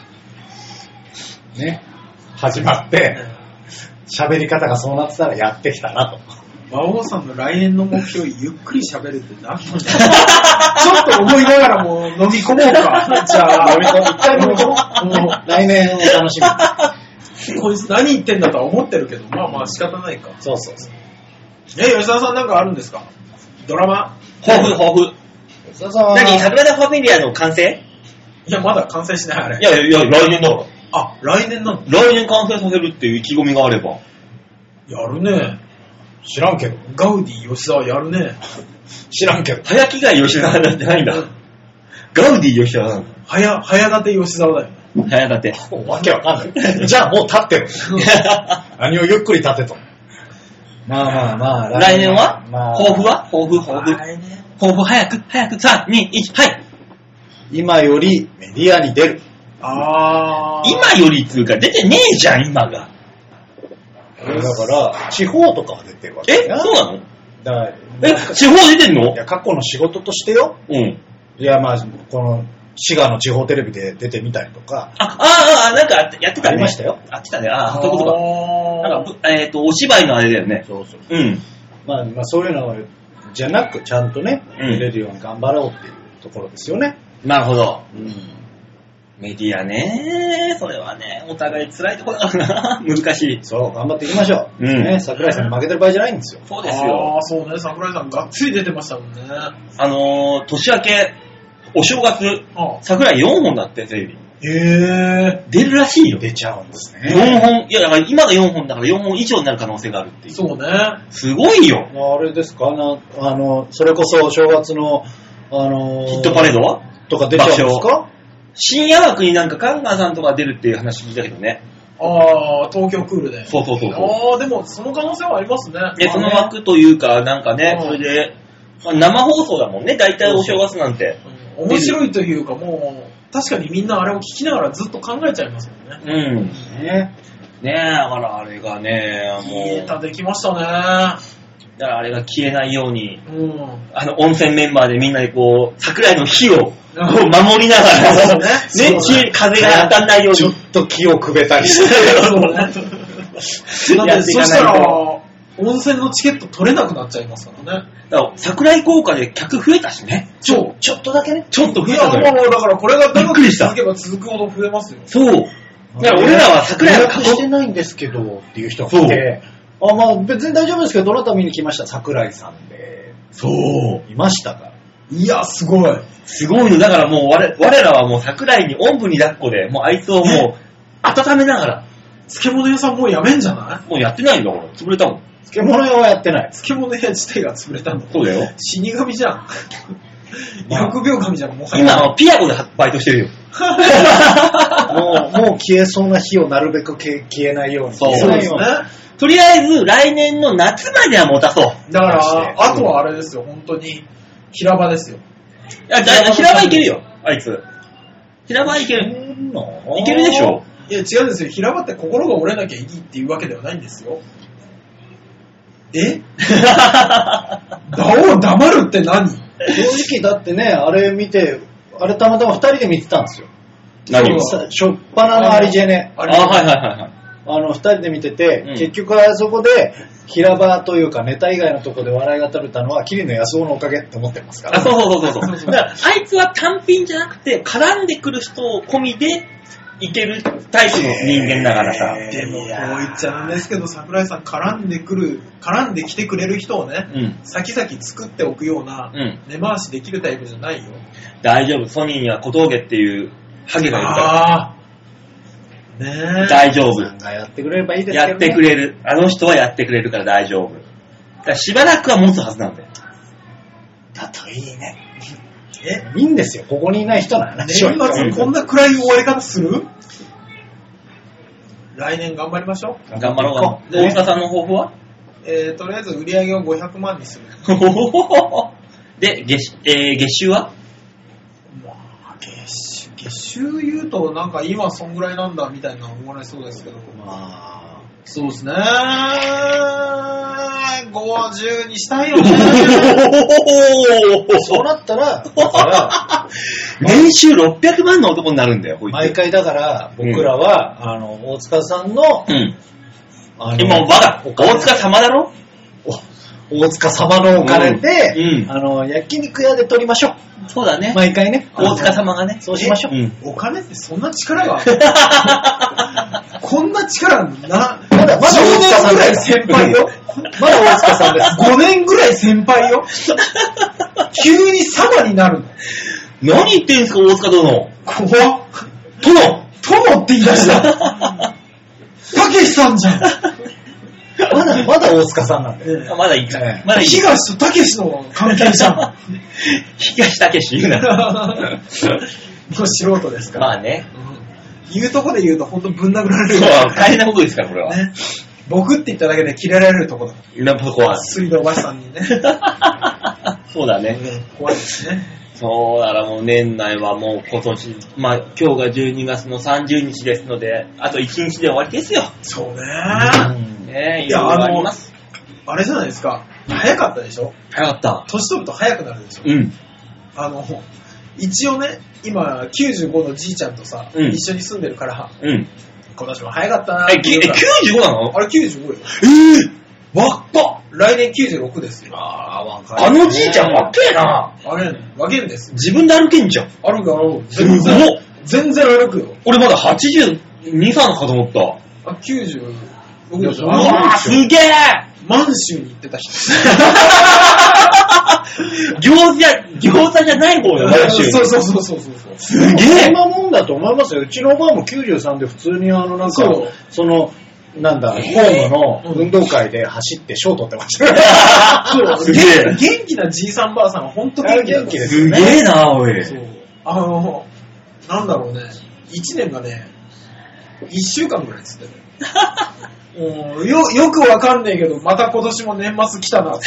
ね。始まって、喋り方がそうなってたらやってきたなと。 馬王さんの来年の目標、ゆっくり喋るって何なんだちょっと思いながらも飲み込もうか。じゃあ、一回飲み込もう。 来年を楽しみ。 こいつ何言ってんだとは思ってるけど、まあ仕方ないか。 そう。 吉田さんなんかあるんですか？ドラマ？ 抱負。 吉田さんは。 何？桜田ファミリアの完成？ いや、まだ完成しない、あれ。 いや、来年だから。 あ、来年なの？ 来年完成させるっていう意気込みがあれば。 やるね。 知らんけど。 ガウディ吉田はやるね。 知らんけど。 早着替え吉田なんてないんだ。ガウディ吉田なの。 早立て吉沢だよ。 早立て。 わけわかんない。じゃあもう立ってる。何をゆっくり立てと。まあ。 来年は抱負は抱負。抱負早く。3、2、1、はい。 今よりメディアに出る。 今よりっていうか出てねえじゃん、今が。 だから、地方とかは出てるわけそうなの？ だから地方出てんの？ いや、過去の仕事としてよ。いや、まあ、この、滋賀の地方テレビで出てみたりとか。 なんかやってたね。 ありましたよ。 あってたね。そういうことか。なんか、お芝居のあれだよね。 そう。まあ、そういうのじゃなく、ちゃんとね、出れるように頑張ろうっていうところですよね。 なるほど。メディアね、それはね、お互い辛いところだからな。難しい。 そう、頑張っていきましょう。ね、桜井さんに負けてる場合じゃないんですよ。 そうですよ。 そうね、桜井さんがっつり出てましたもんね。 年明け、お正月、桜井4本だって、テレビ。 出るらしいよ。 出ちゃうんですね。 4本、いや、だから今が4本だから4本以上になる可能性があるっていう。 そうね。 すごいよ。 あれですかそれこそ正月の、 ヒットパレードはとか出ちゃうんですか？ 深夜枠になんかカンガーさんとか出るっていう話聞いたけどね。 東京クールで。 そう。 でもその可能性はありますね。 その枠というか、なんかね、それで、生放送だもんね、大体お正月なんて。 面白いというか、もう、確かにみんなあれを聞きながらずっと考えちゃいますもんね。 ねえ、だからあれがね、もう。 いいネタできましたね。 だからあれが消えないように、温泉メンバーでみんなでこう、桜井の火をこう守りながら、ね、風が当たんないように。 ちょっと気をくべたりして。 そしたら、温泉のチケット取れなくなっちゃいますからね。 だから桜井効果で客増えたしね。 ちょっとだけね。 ちょっと増えたのよ。 だからこれが長く続けば続くほど増えますよ。 そう。だから俺らは桜井を囲してないんですけどっていう人がいて。まあ別に大丈夫ですけど、どなた見に来ました？桜井さんで。 そう。 いましたから。 いや、すごい。 すごいの。だからもう我らはもう桜井におんぶに抱っこで、もうあいつをもう温めながら。 漬物屋さんもうやめんじゃない？ もうやってないんだから。潰れたもん。 漬物屋はやってない。 漬物屋自体が潰れたんだ。 そうだよ。 死神じゃん。疫病神じゃん、もう。 今、ピアゴでバイトしてるよ。 もう消えそうな火をなるべく消えないように。 そうですね。とりあえず来年の夏までは持たそう。 だから、あとはあれですよ、本当に平場ですよ。 平場いけるよ、あいつ。平場いける。いけるでしょ。 いや違うんですよ。平場って心が折れなきゃいいっていうわけではないんですよ。黙るって何？正直だってね、あれ見て、あれたまたま2人で見てたんですよ。 何を？ しょっぱなのアリジェネ。 はいはいはい。 2人で見てて、結局あそこで平場というかネタ以外のところで笑いが取れたのは桐野安夫のおかげって思ってますから。 そう。だからあいつは単品じゃなくて絡んでくる人を込みでいけるタイプの人間だからさ。 でもこう言っちゃうんですけど、桜井さん絡んできてくれる人をね、先々作っておくような根回しできるタイプじゃないよ。 大丈夫。ソニーには小峠っていうハゲがいるから。 ね、 大丈夫。 やってくれればいいですけどね。 やってくれる。あの人はやってくれるから大丈夫。だからしばらくは持つはずなんだよ。 だといいね。いいんですよ。ここにいない人の話年末こんな暗い終わり方する？来年頑張りましょう。頑張ろう。大塚さんの抱負は？ とりあえず売り上げを500万にする。 で、月収は？ 月収言うとなんか今そんぐらいなんだみたいな思われそうですけど、そうですね、50にしたいよね。 そうなったら年収600万の男になるんだよ。 毎回だから僕らは、大塚さんの、 今まだ大塚様だろ。 大塚様のお金で、焼肉屋で取りましょう。 そうだね。 毎回ね。 大塚様がね。 そうしましょう。お金ってそんな力があるこんな力まだ大塚さんぐらい先輩よ。まだ大塚さんです。 5年ぐらい先輩よ。急に様になるの。 何言ってんすか、大塚殿。 怖っ。殿って言い出した。たけしさんじゃん。 まだ大塚さんなんだよ。 まだいいか。まだいい。 東とたけしの関係じゃん。 東たけし言うな。 もう素人ですから。 まあね。 言うとこで言うと本当ぶん殴られる。 そう、大変なことですから、これは。 ね、僕って言っただけでキレられるとこだ。 ここは。 水道橋さんにね。 そうだね。 怖いですね。 そうだからもう年内はもう今年、今日が12月の30日ですので、あと1日で終わりですよ。 そうね。 いや、あります。 あれじゃないですか。早かったでしょ？ 早かった。 年取ると早くなるでしょ？一応ね、今95のじいちゃんとさ、一緒に住んでるから、今年も早かったなーって言うから。 95なの？ あれ95よ。若っ！来年96ですよ。 若い。あのじいちゃん若えな。 あれ、若えんですよ。 自分で歩けんじゃん。 歩く。 全然歩くよ。俺まだ82、3かと思った。 96でしょ。 うわすげえ満州に行ってた人。 餃子じゃない方よ、満州。 そう。 すげえ。そんなもんだと思いますよ。うちのおばあも93で普通になんか、ホームの運動会で走って賞取ってました。 すげえ。元気なじいさんばあさんは本当元気ですよね。すげえな、おい。 そう。なんだろうね。1年がね、1週間ぐらいつってね。よくわかんねえけど、また今年も年末来たなって。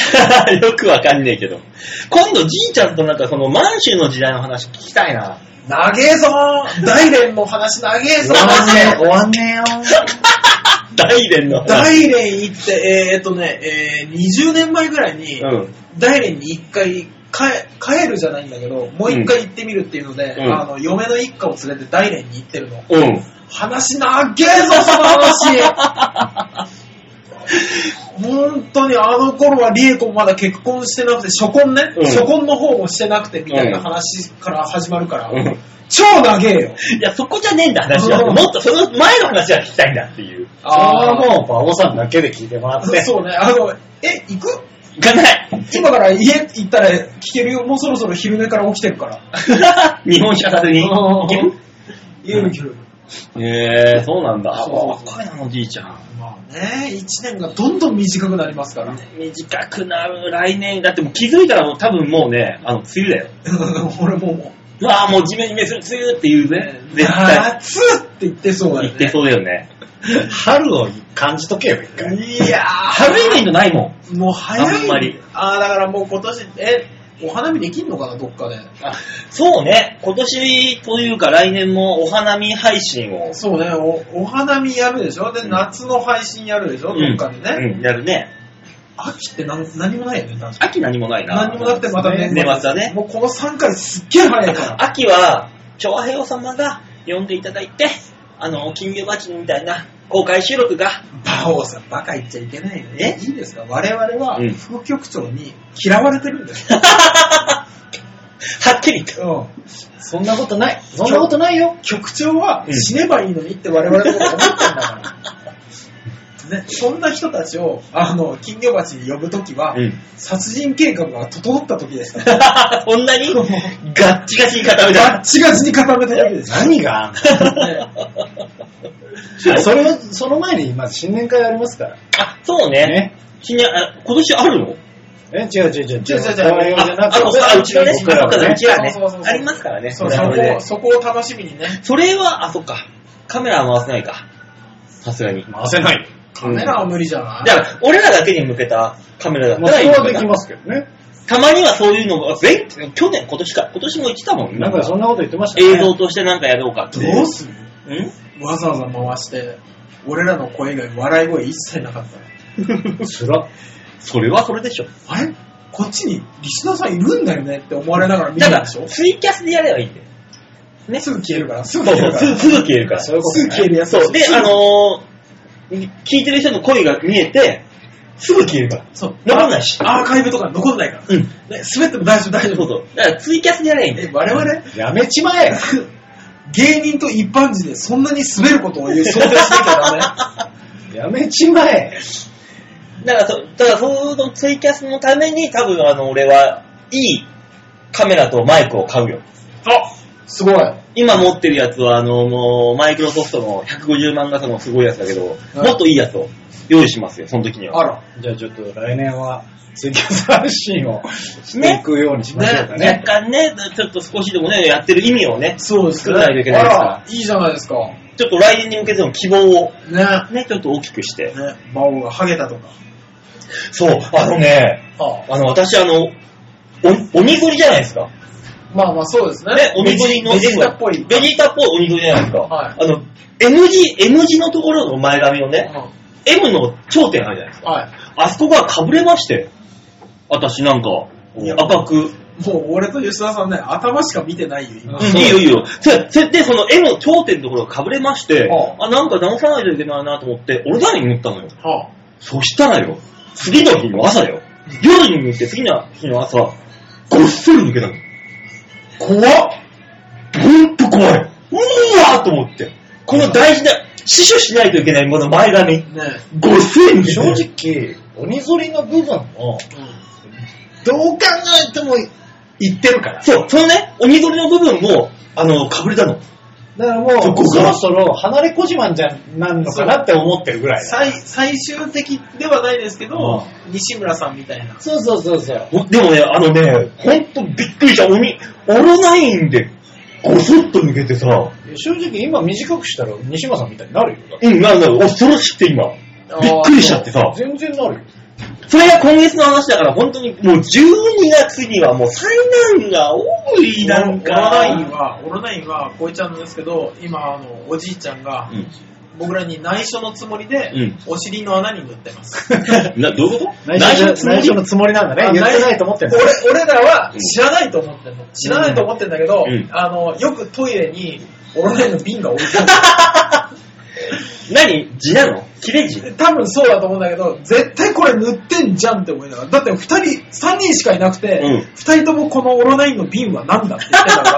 よくわかんねえけど。今度じいちゃんとなんかその満州の時代の話聞きたいな。 長えぞー。大連の話長えぞー。 終わんねえよ大連の話。 大連行って、20年前ぐらいに、大連に一回帰るじゃないんだけど、もう一回行ってみるっていうので、嫁の一家を連れて大連に行ってるの。話長えぞ、その話。本当にあの頃はリエコもまだ結婚してなくて、初婚ね、初婚の方もしてなくてみたいな話から始まるから、超長えよ。 いや、そこじゃねえんだ話は。もっとその前の話は聞きたいんだっていう。 それはもう、馬王さんだけで聞いてもらって。 そうね、行く？ 行かない。 今から家行ったら聞けるよ。もうそろそろ昼寝から起きてるから。 日本酒片手に行ける？ いける。 そうなんだ。若いな、おじいちゃん。 まあね、1年がどんどん短くなりますから。 短くなる、来年。だってもう気づいたら多分もうね、梅雨だよ。 俺もうわぁ、もうジメジメする梅雨って言うね。絶対。 夏って言ってそうだよね。 言ってそうだよね。 春を感じとけよ、一回。 いやー。 春イベントないもん。 もう早い。 あんまり。 だからもう今年、お花見できんのかな、どっかで。 そうね。今年というか来年もお花見配信を。 そうね、お花見やるでしょ。で、夏の配信やるでしょ、どっかでね。 やるね。 秋って何もないよね、確かに。秋何もないな。 何もなくてまた年末だね。 もうこの3回すっげえ早いから。 秋は、長平様が呼んでいただいて、金魚鉢みたいな公開収録が。 バオさん、バカ言っちゃいけないよね。いいですか、我々は副局長に嫌われてるんですよ。 はっきり言った。 そんなことない。そんなことないよ。 局長は死ねばいいのにって我々のこと思ってんだから。ね、そんな人たちを金魚鉢に呼ぶときは、殺人計画が整ったときですから、 そんなにガッチガチに固めた。 ガッチガチに固めたわけです。 何がその前に今新年会ありますから。 あ、そうね。新年、今年あるの？ 違う。じゃなくて、 うちのね、うちはね、ありますからね。 そこを楽しみにね。 それは、そっか。カメラは回せないか。さすがに。 回せない。 カメラは無理じゃない？ だから、俺らだけに向けたカメラだったらいい。それはできますけどね。 たまにはそういうのが、去年、今年か。今年も言ってたもん。 なんかそんなこと言ってましたね。 映像としてなんかやろうかって。 どうする？わざわざ回して、俺らの声以外笑い声一切なかったら。 つら。 それはそれでしょ。 あれ？こっちにリスナーさんいるんだよねって思われながら見てたでしょ？ ツイキャスでやればいいんだよ。 ね。すぐ消えるから。 すぐ消えるから。 そういうことね。すぐ消えるやつ。 そう。で、聞いてる人の声が見えて、すぐ消えるから。そう。残んないし。 アーカイブとか残んないから。ね、滑っても大丈夫。 そう。だからツイキャスでやればいいんだよ。 我々 やめちまえ芸人と一般人でそんなに滑ることを想定しなきゃダメ。やめちまえ。 だからそのツイキャスのために多分俺はいいカメラとマイクを買うよ。 すごい。 今持ってるやつはもうマイクロソフトの150万型のすごいやつだけど、もっといいやつを用意しますよ、その時には。 あら。じゃあちょっと来年はツイキャス発信をしていくようにしましょうかね。 若干ね、ちょっと少しでもね、やってる意味をね、 そうですね、 作らないといけないですから。 いいじゃないですか。 ちょっと来年に向けての希望をね、ちょっと大きくして。 ね、バオがハゲたとか。 そう、私鬼ぞりじゃないですか。 まあそうですね。 鬼ぞりのベジータっぽい。 ベジータっぽい鬼ぞりじゃないですか。はい。M 字のところの前髪をね、M の頂点あるじゃないですか。はい。あそこがかぶれまして、私なんか、赤く。 もう俺と吉田さんね、頭しか見てないよ、今。 いいよ。で、その M の頂点のところがかぶれまして、なんか直さないといけないなと思って、俺誰に塗ったのよ。そしたらよ、次の日の朝よ。夜に塗って次の日の朝、ごっそり抜けたの。怖っ！ほんと怖い。うわーと思って。この大事な、死守しないといけないこの前髪。ごっそり抜けた。 正直、鬼ぞりの部分も、どう考えても言ってるから。 そう、そのね、鬼ぞりの部分も、かぶれたの。 だからもう、そろそろ離れ小自慢じゃなんのかなって思ってるぐらい。 最終的ではないですけど、西村さんみたいな。 そう。 でもね、ほんとびっくりした。オロナインで、ごそっと抜けてさ。 正直今短くしたら西村さんみたいになるよ。 なる。恐ろしくて今。びっくりしちゃってさ。 全然なるよ。 それが今月の話だから、本当にもう12月にはもう災難が多いなんか。 オロナインは、こいちゃんなんですけど、今、おじいちゃんが、僕らに内緒のつもりで、お尻の穴に塗ってます。 どういうこと？ 内緒のつもりなんだね。言ってないと思ってんだ。 俺らは知らないと思ってんの。知らないと思ってんだけど、よくトイレにオロナインの瓶が置いてある。 何？字なの？切れ字？ 多分そうだと思うんだけど、絶対これ塗ってんじゃんって思いながら。だって3人しかいなくて、2人ともこのオロナインの瓶は何だって言ってたから。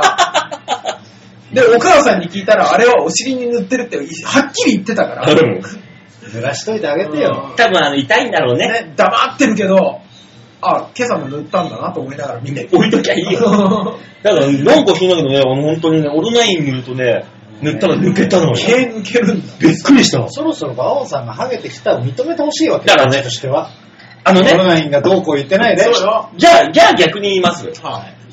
で、お母さんに聞いたら、あれはお尻に塗ってるってはっきり言ってたから。 濡らしといてあげてよ。 多分痛いんだろうね。 黙ってるけど、今朝も塗ったんだなと思いながら見てる。 置いときゃいいよ。だからなんか知んないけどね、本当にね、オロナイン塗るとね、塗ったら抜けたのよ。 抜けるんだ。 びっくりした。 そろそろ馬王さんがハゲてきたを認めてほしいわけだからね。 としては。オロナインがどうこう言ってないで。 そうよ。じゃあ逆に言います。はい。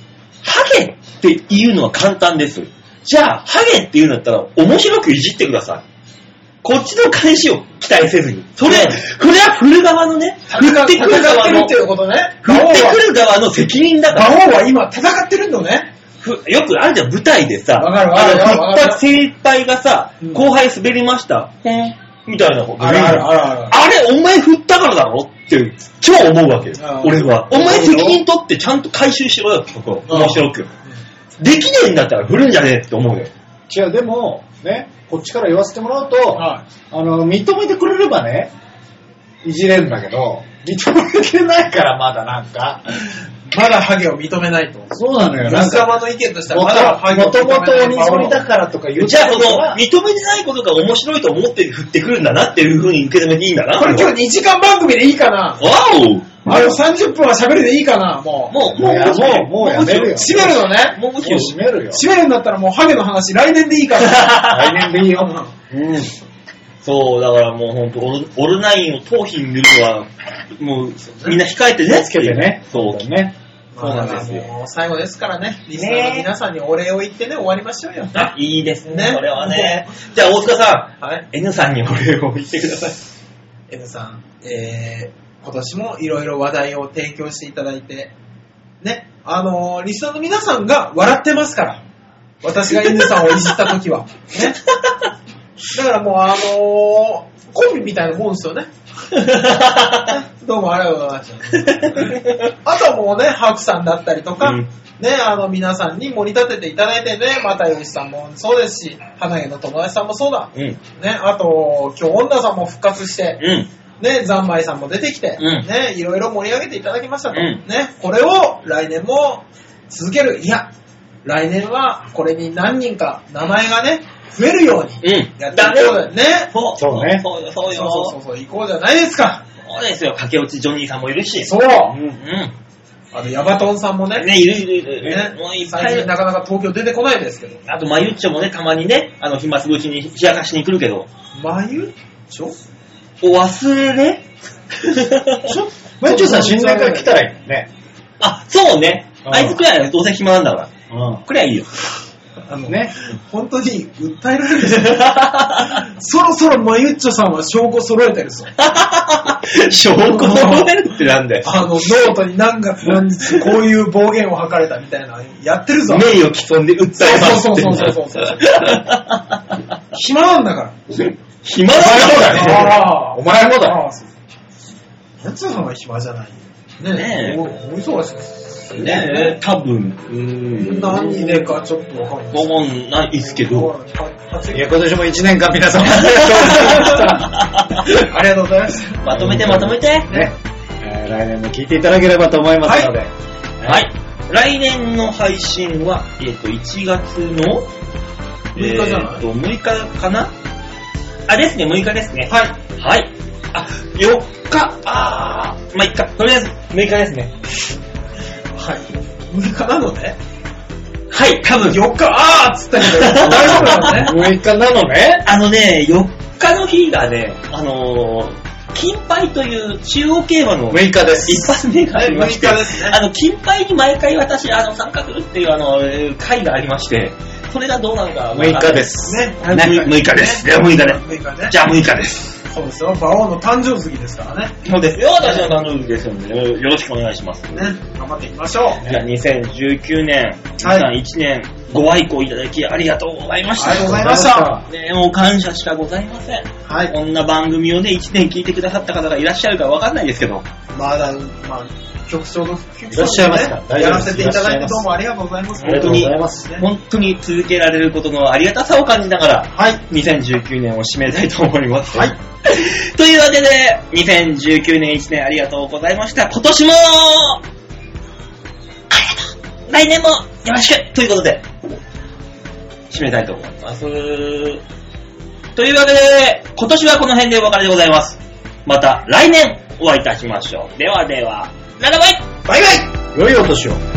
ハゲって言うのは簡単です。じゃあ、ハゲって言うんだったら、面白くいじってください。こっちの返しを期待せずに。これは振る側のね、振ってくる側の、振ってくる側の責任だから。 馬王は今戦ってるのね。 よくあるじゃん、舞台でさ、先輩がさ、後輩滑りました。みたいなこと。あれ、お前振ったからだろって超思うわけよ。俺は。お前責任取ってちゃんと回収しろよってとこ。面白く。できねえんだったら振るんじゃねえって思うよ。 違う、でも、ね、こっちから言わせてもらうと、認めてくれればね、いじれるんだけど、認めてないからまだなんか。 まだハゲを認めないと。 そうなのよ。 なんかの意見としてはまだハゲを認めない。 もともと鬼ぞりだからとか言う。 じゃあその、認めてないことが面白いと思って振ってくるんだなっていう風に受け止めていいんだな。 これ今日2時間番組でいいかな。あれ30分は喋るでいいかな。もうやめるよ。閉めるのね。 もう閉めるよ。 閉めるんだったらもうハゲの話来年でいいから。 来年でいいよ。 そう、だからもうほんと、オルナインを頭皮に塗るのは、もうみんな控えてね。 つけてね。 そうね。 そうなんですよ。もう最後ですからね。リスナーの皆さんにお礼を言ってね、終わりましょうよ。 いいですね。それはね。じゃあ大塚さん、N さんにお礼を言ってください。 N さん、今年もいろいろ話題を提供していただいて、ね、リスナーの皆さんが笑ってますから。私が N さんをいじったときは。ね。だからもうコンビみたいなもんですよね。どうもありがとうございました。あとはもうね、ハクさんだったりとか、ね、皆さんに盛り立てていただいてね、またよしさんもそうですし、花毛の友達さんもそうだ。ね、あと、今日女さんも復活して、ね、ザンマイさんも出てきて、ね、いろいろ盛り上げていただきましたと。ね、これを来年も続ける。いや、来年はこれに何人か名前がね、増えるようにやっていこうだよね。 そうね。 そうよ。 そう、行こうじゃないですか。 そうですよ。駆け落ちジョニーさんもいるし。 そう。ヤバトンさんもね。 ね、いる。 ね、もう最近なかなか東京出てこないですけど。 あと、マユッチョもね、たまにね、暇つぶしに冷やかしに来るけど。 マユッチョ？ お忘れマユッチョさん新年会来たらいいね。 あ、そうね。あいつくらいはどうせ暇なんだから。くらいいいよ。 ね、本当に訴えられるそろそろマユッチョさんは証拠揃えてるぞ。 証拠揃えるってなんだよ。 ノートに何月何日こういう暴言を吐かれたみたいなやってるぞ。 名誉毀損で訴えますって。 そう。暇なんだから。 暇なんだね。 お前もだよ。 マユッチョさんは暇じゃない。ねえ。お忙しいです。 ねえ、多分。 何でかちょっとわかんない。 わかんないですけど。 いや、今年も1年間皆さん。ありがとうございます。 まとめて。 ね。来年も聞いていただければと思いますので。 はい。来年の配信は、1月の、 6日じゃない？ 6日かな？あ、ですね、6日ですね。 はい。 あ、4日。まあ、いっか。とりあえず、6日ですね。 はい。6日なのね。 はい、多分。 4日、っつったけど、大丈夫なのね。 6日なのね。 4日の日がね、金杯という中央競馬の 6日です。 一発目がありまして、 6日ですね。 金杯に毎回私、参加するっていう会がありまして、それがどうなのか。 6日です。 ね。6日です。じゃあ6日で。じゃあ6日です。 そうですよ。馬王の誕生月ですからね。 そうですよ。私の誕生日ですので、よろしくお願いします。 ね。頑張っていきましょう。 じゃあ2019年、皆さん1年ご愛顧いただきありがとうございました。 ありがとうございました。 ね、もう感謝しかございません。 はい。 こんな番組をね、1年聞いてくださった方がいらっしゃるかわかんないですけど。 局長のいらっしゃいますか？ やらせていただいてどうもありがとうございます。 本当に続けられることのありがたさを感じながら、 はい。 2019年を締めたいと思います。 はい。 というわけで、2019年1年ありがとうございました。今年もありがとう。来年もよろしくということで、締めたいと思います。というわけで、今年はこの辺でお別れでございます。また来年お会いいたしましょう。ではでは、バイバイ。 良いお年を。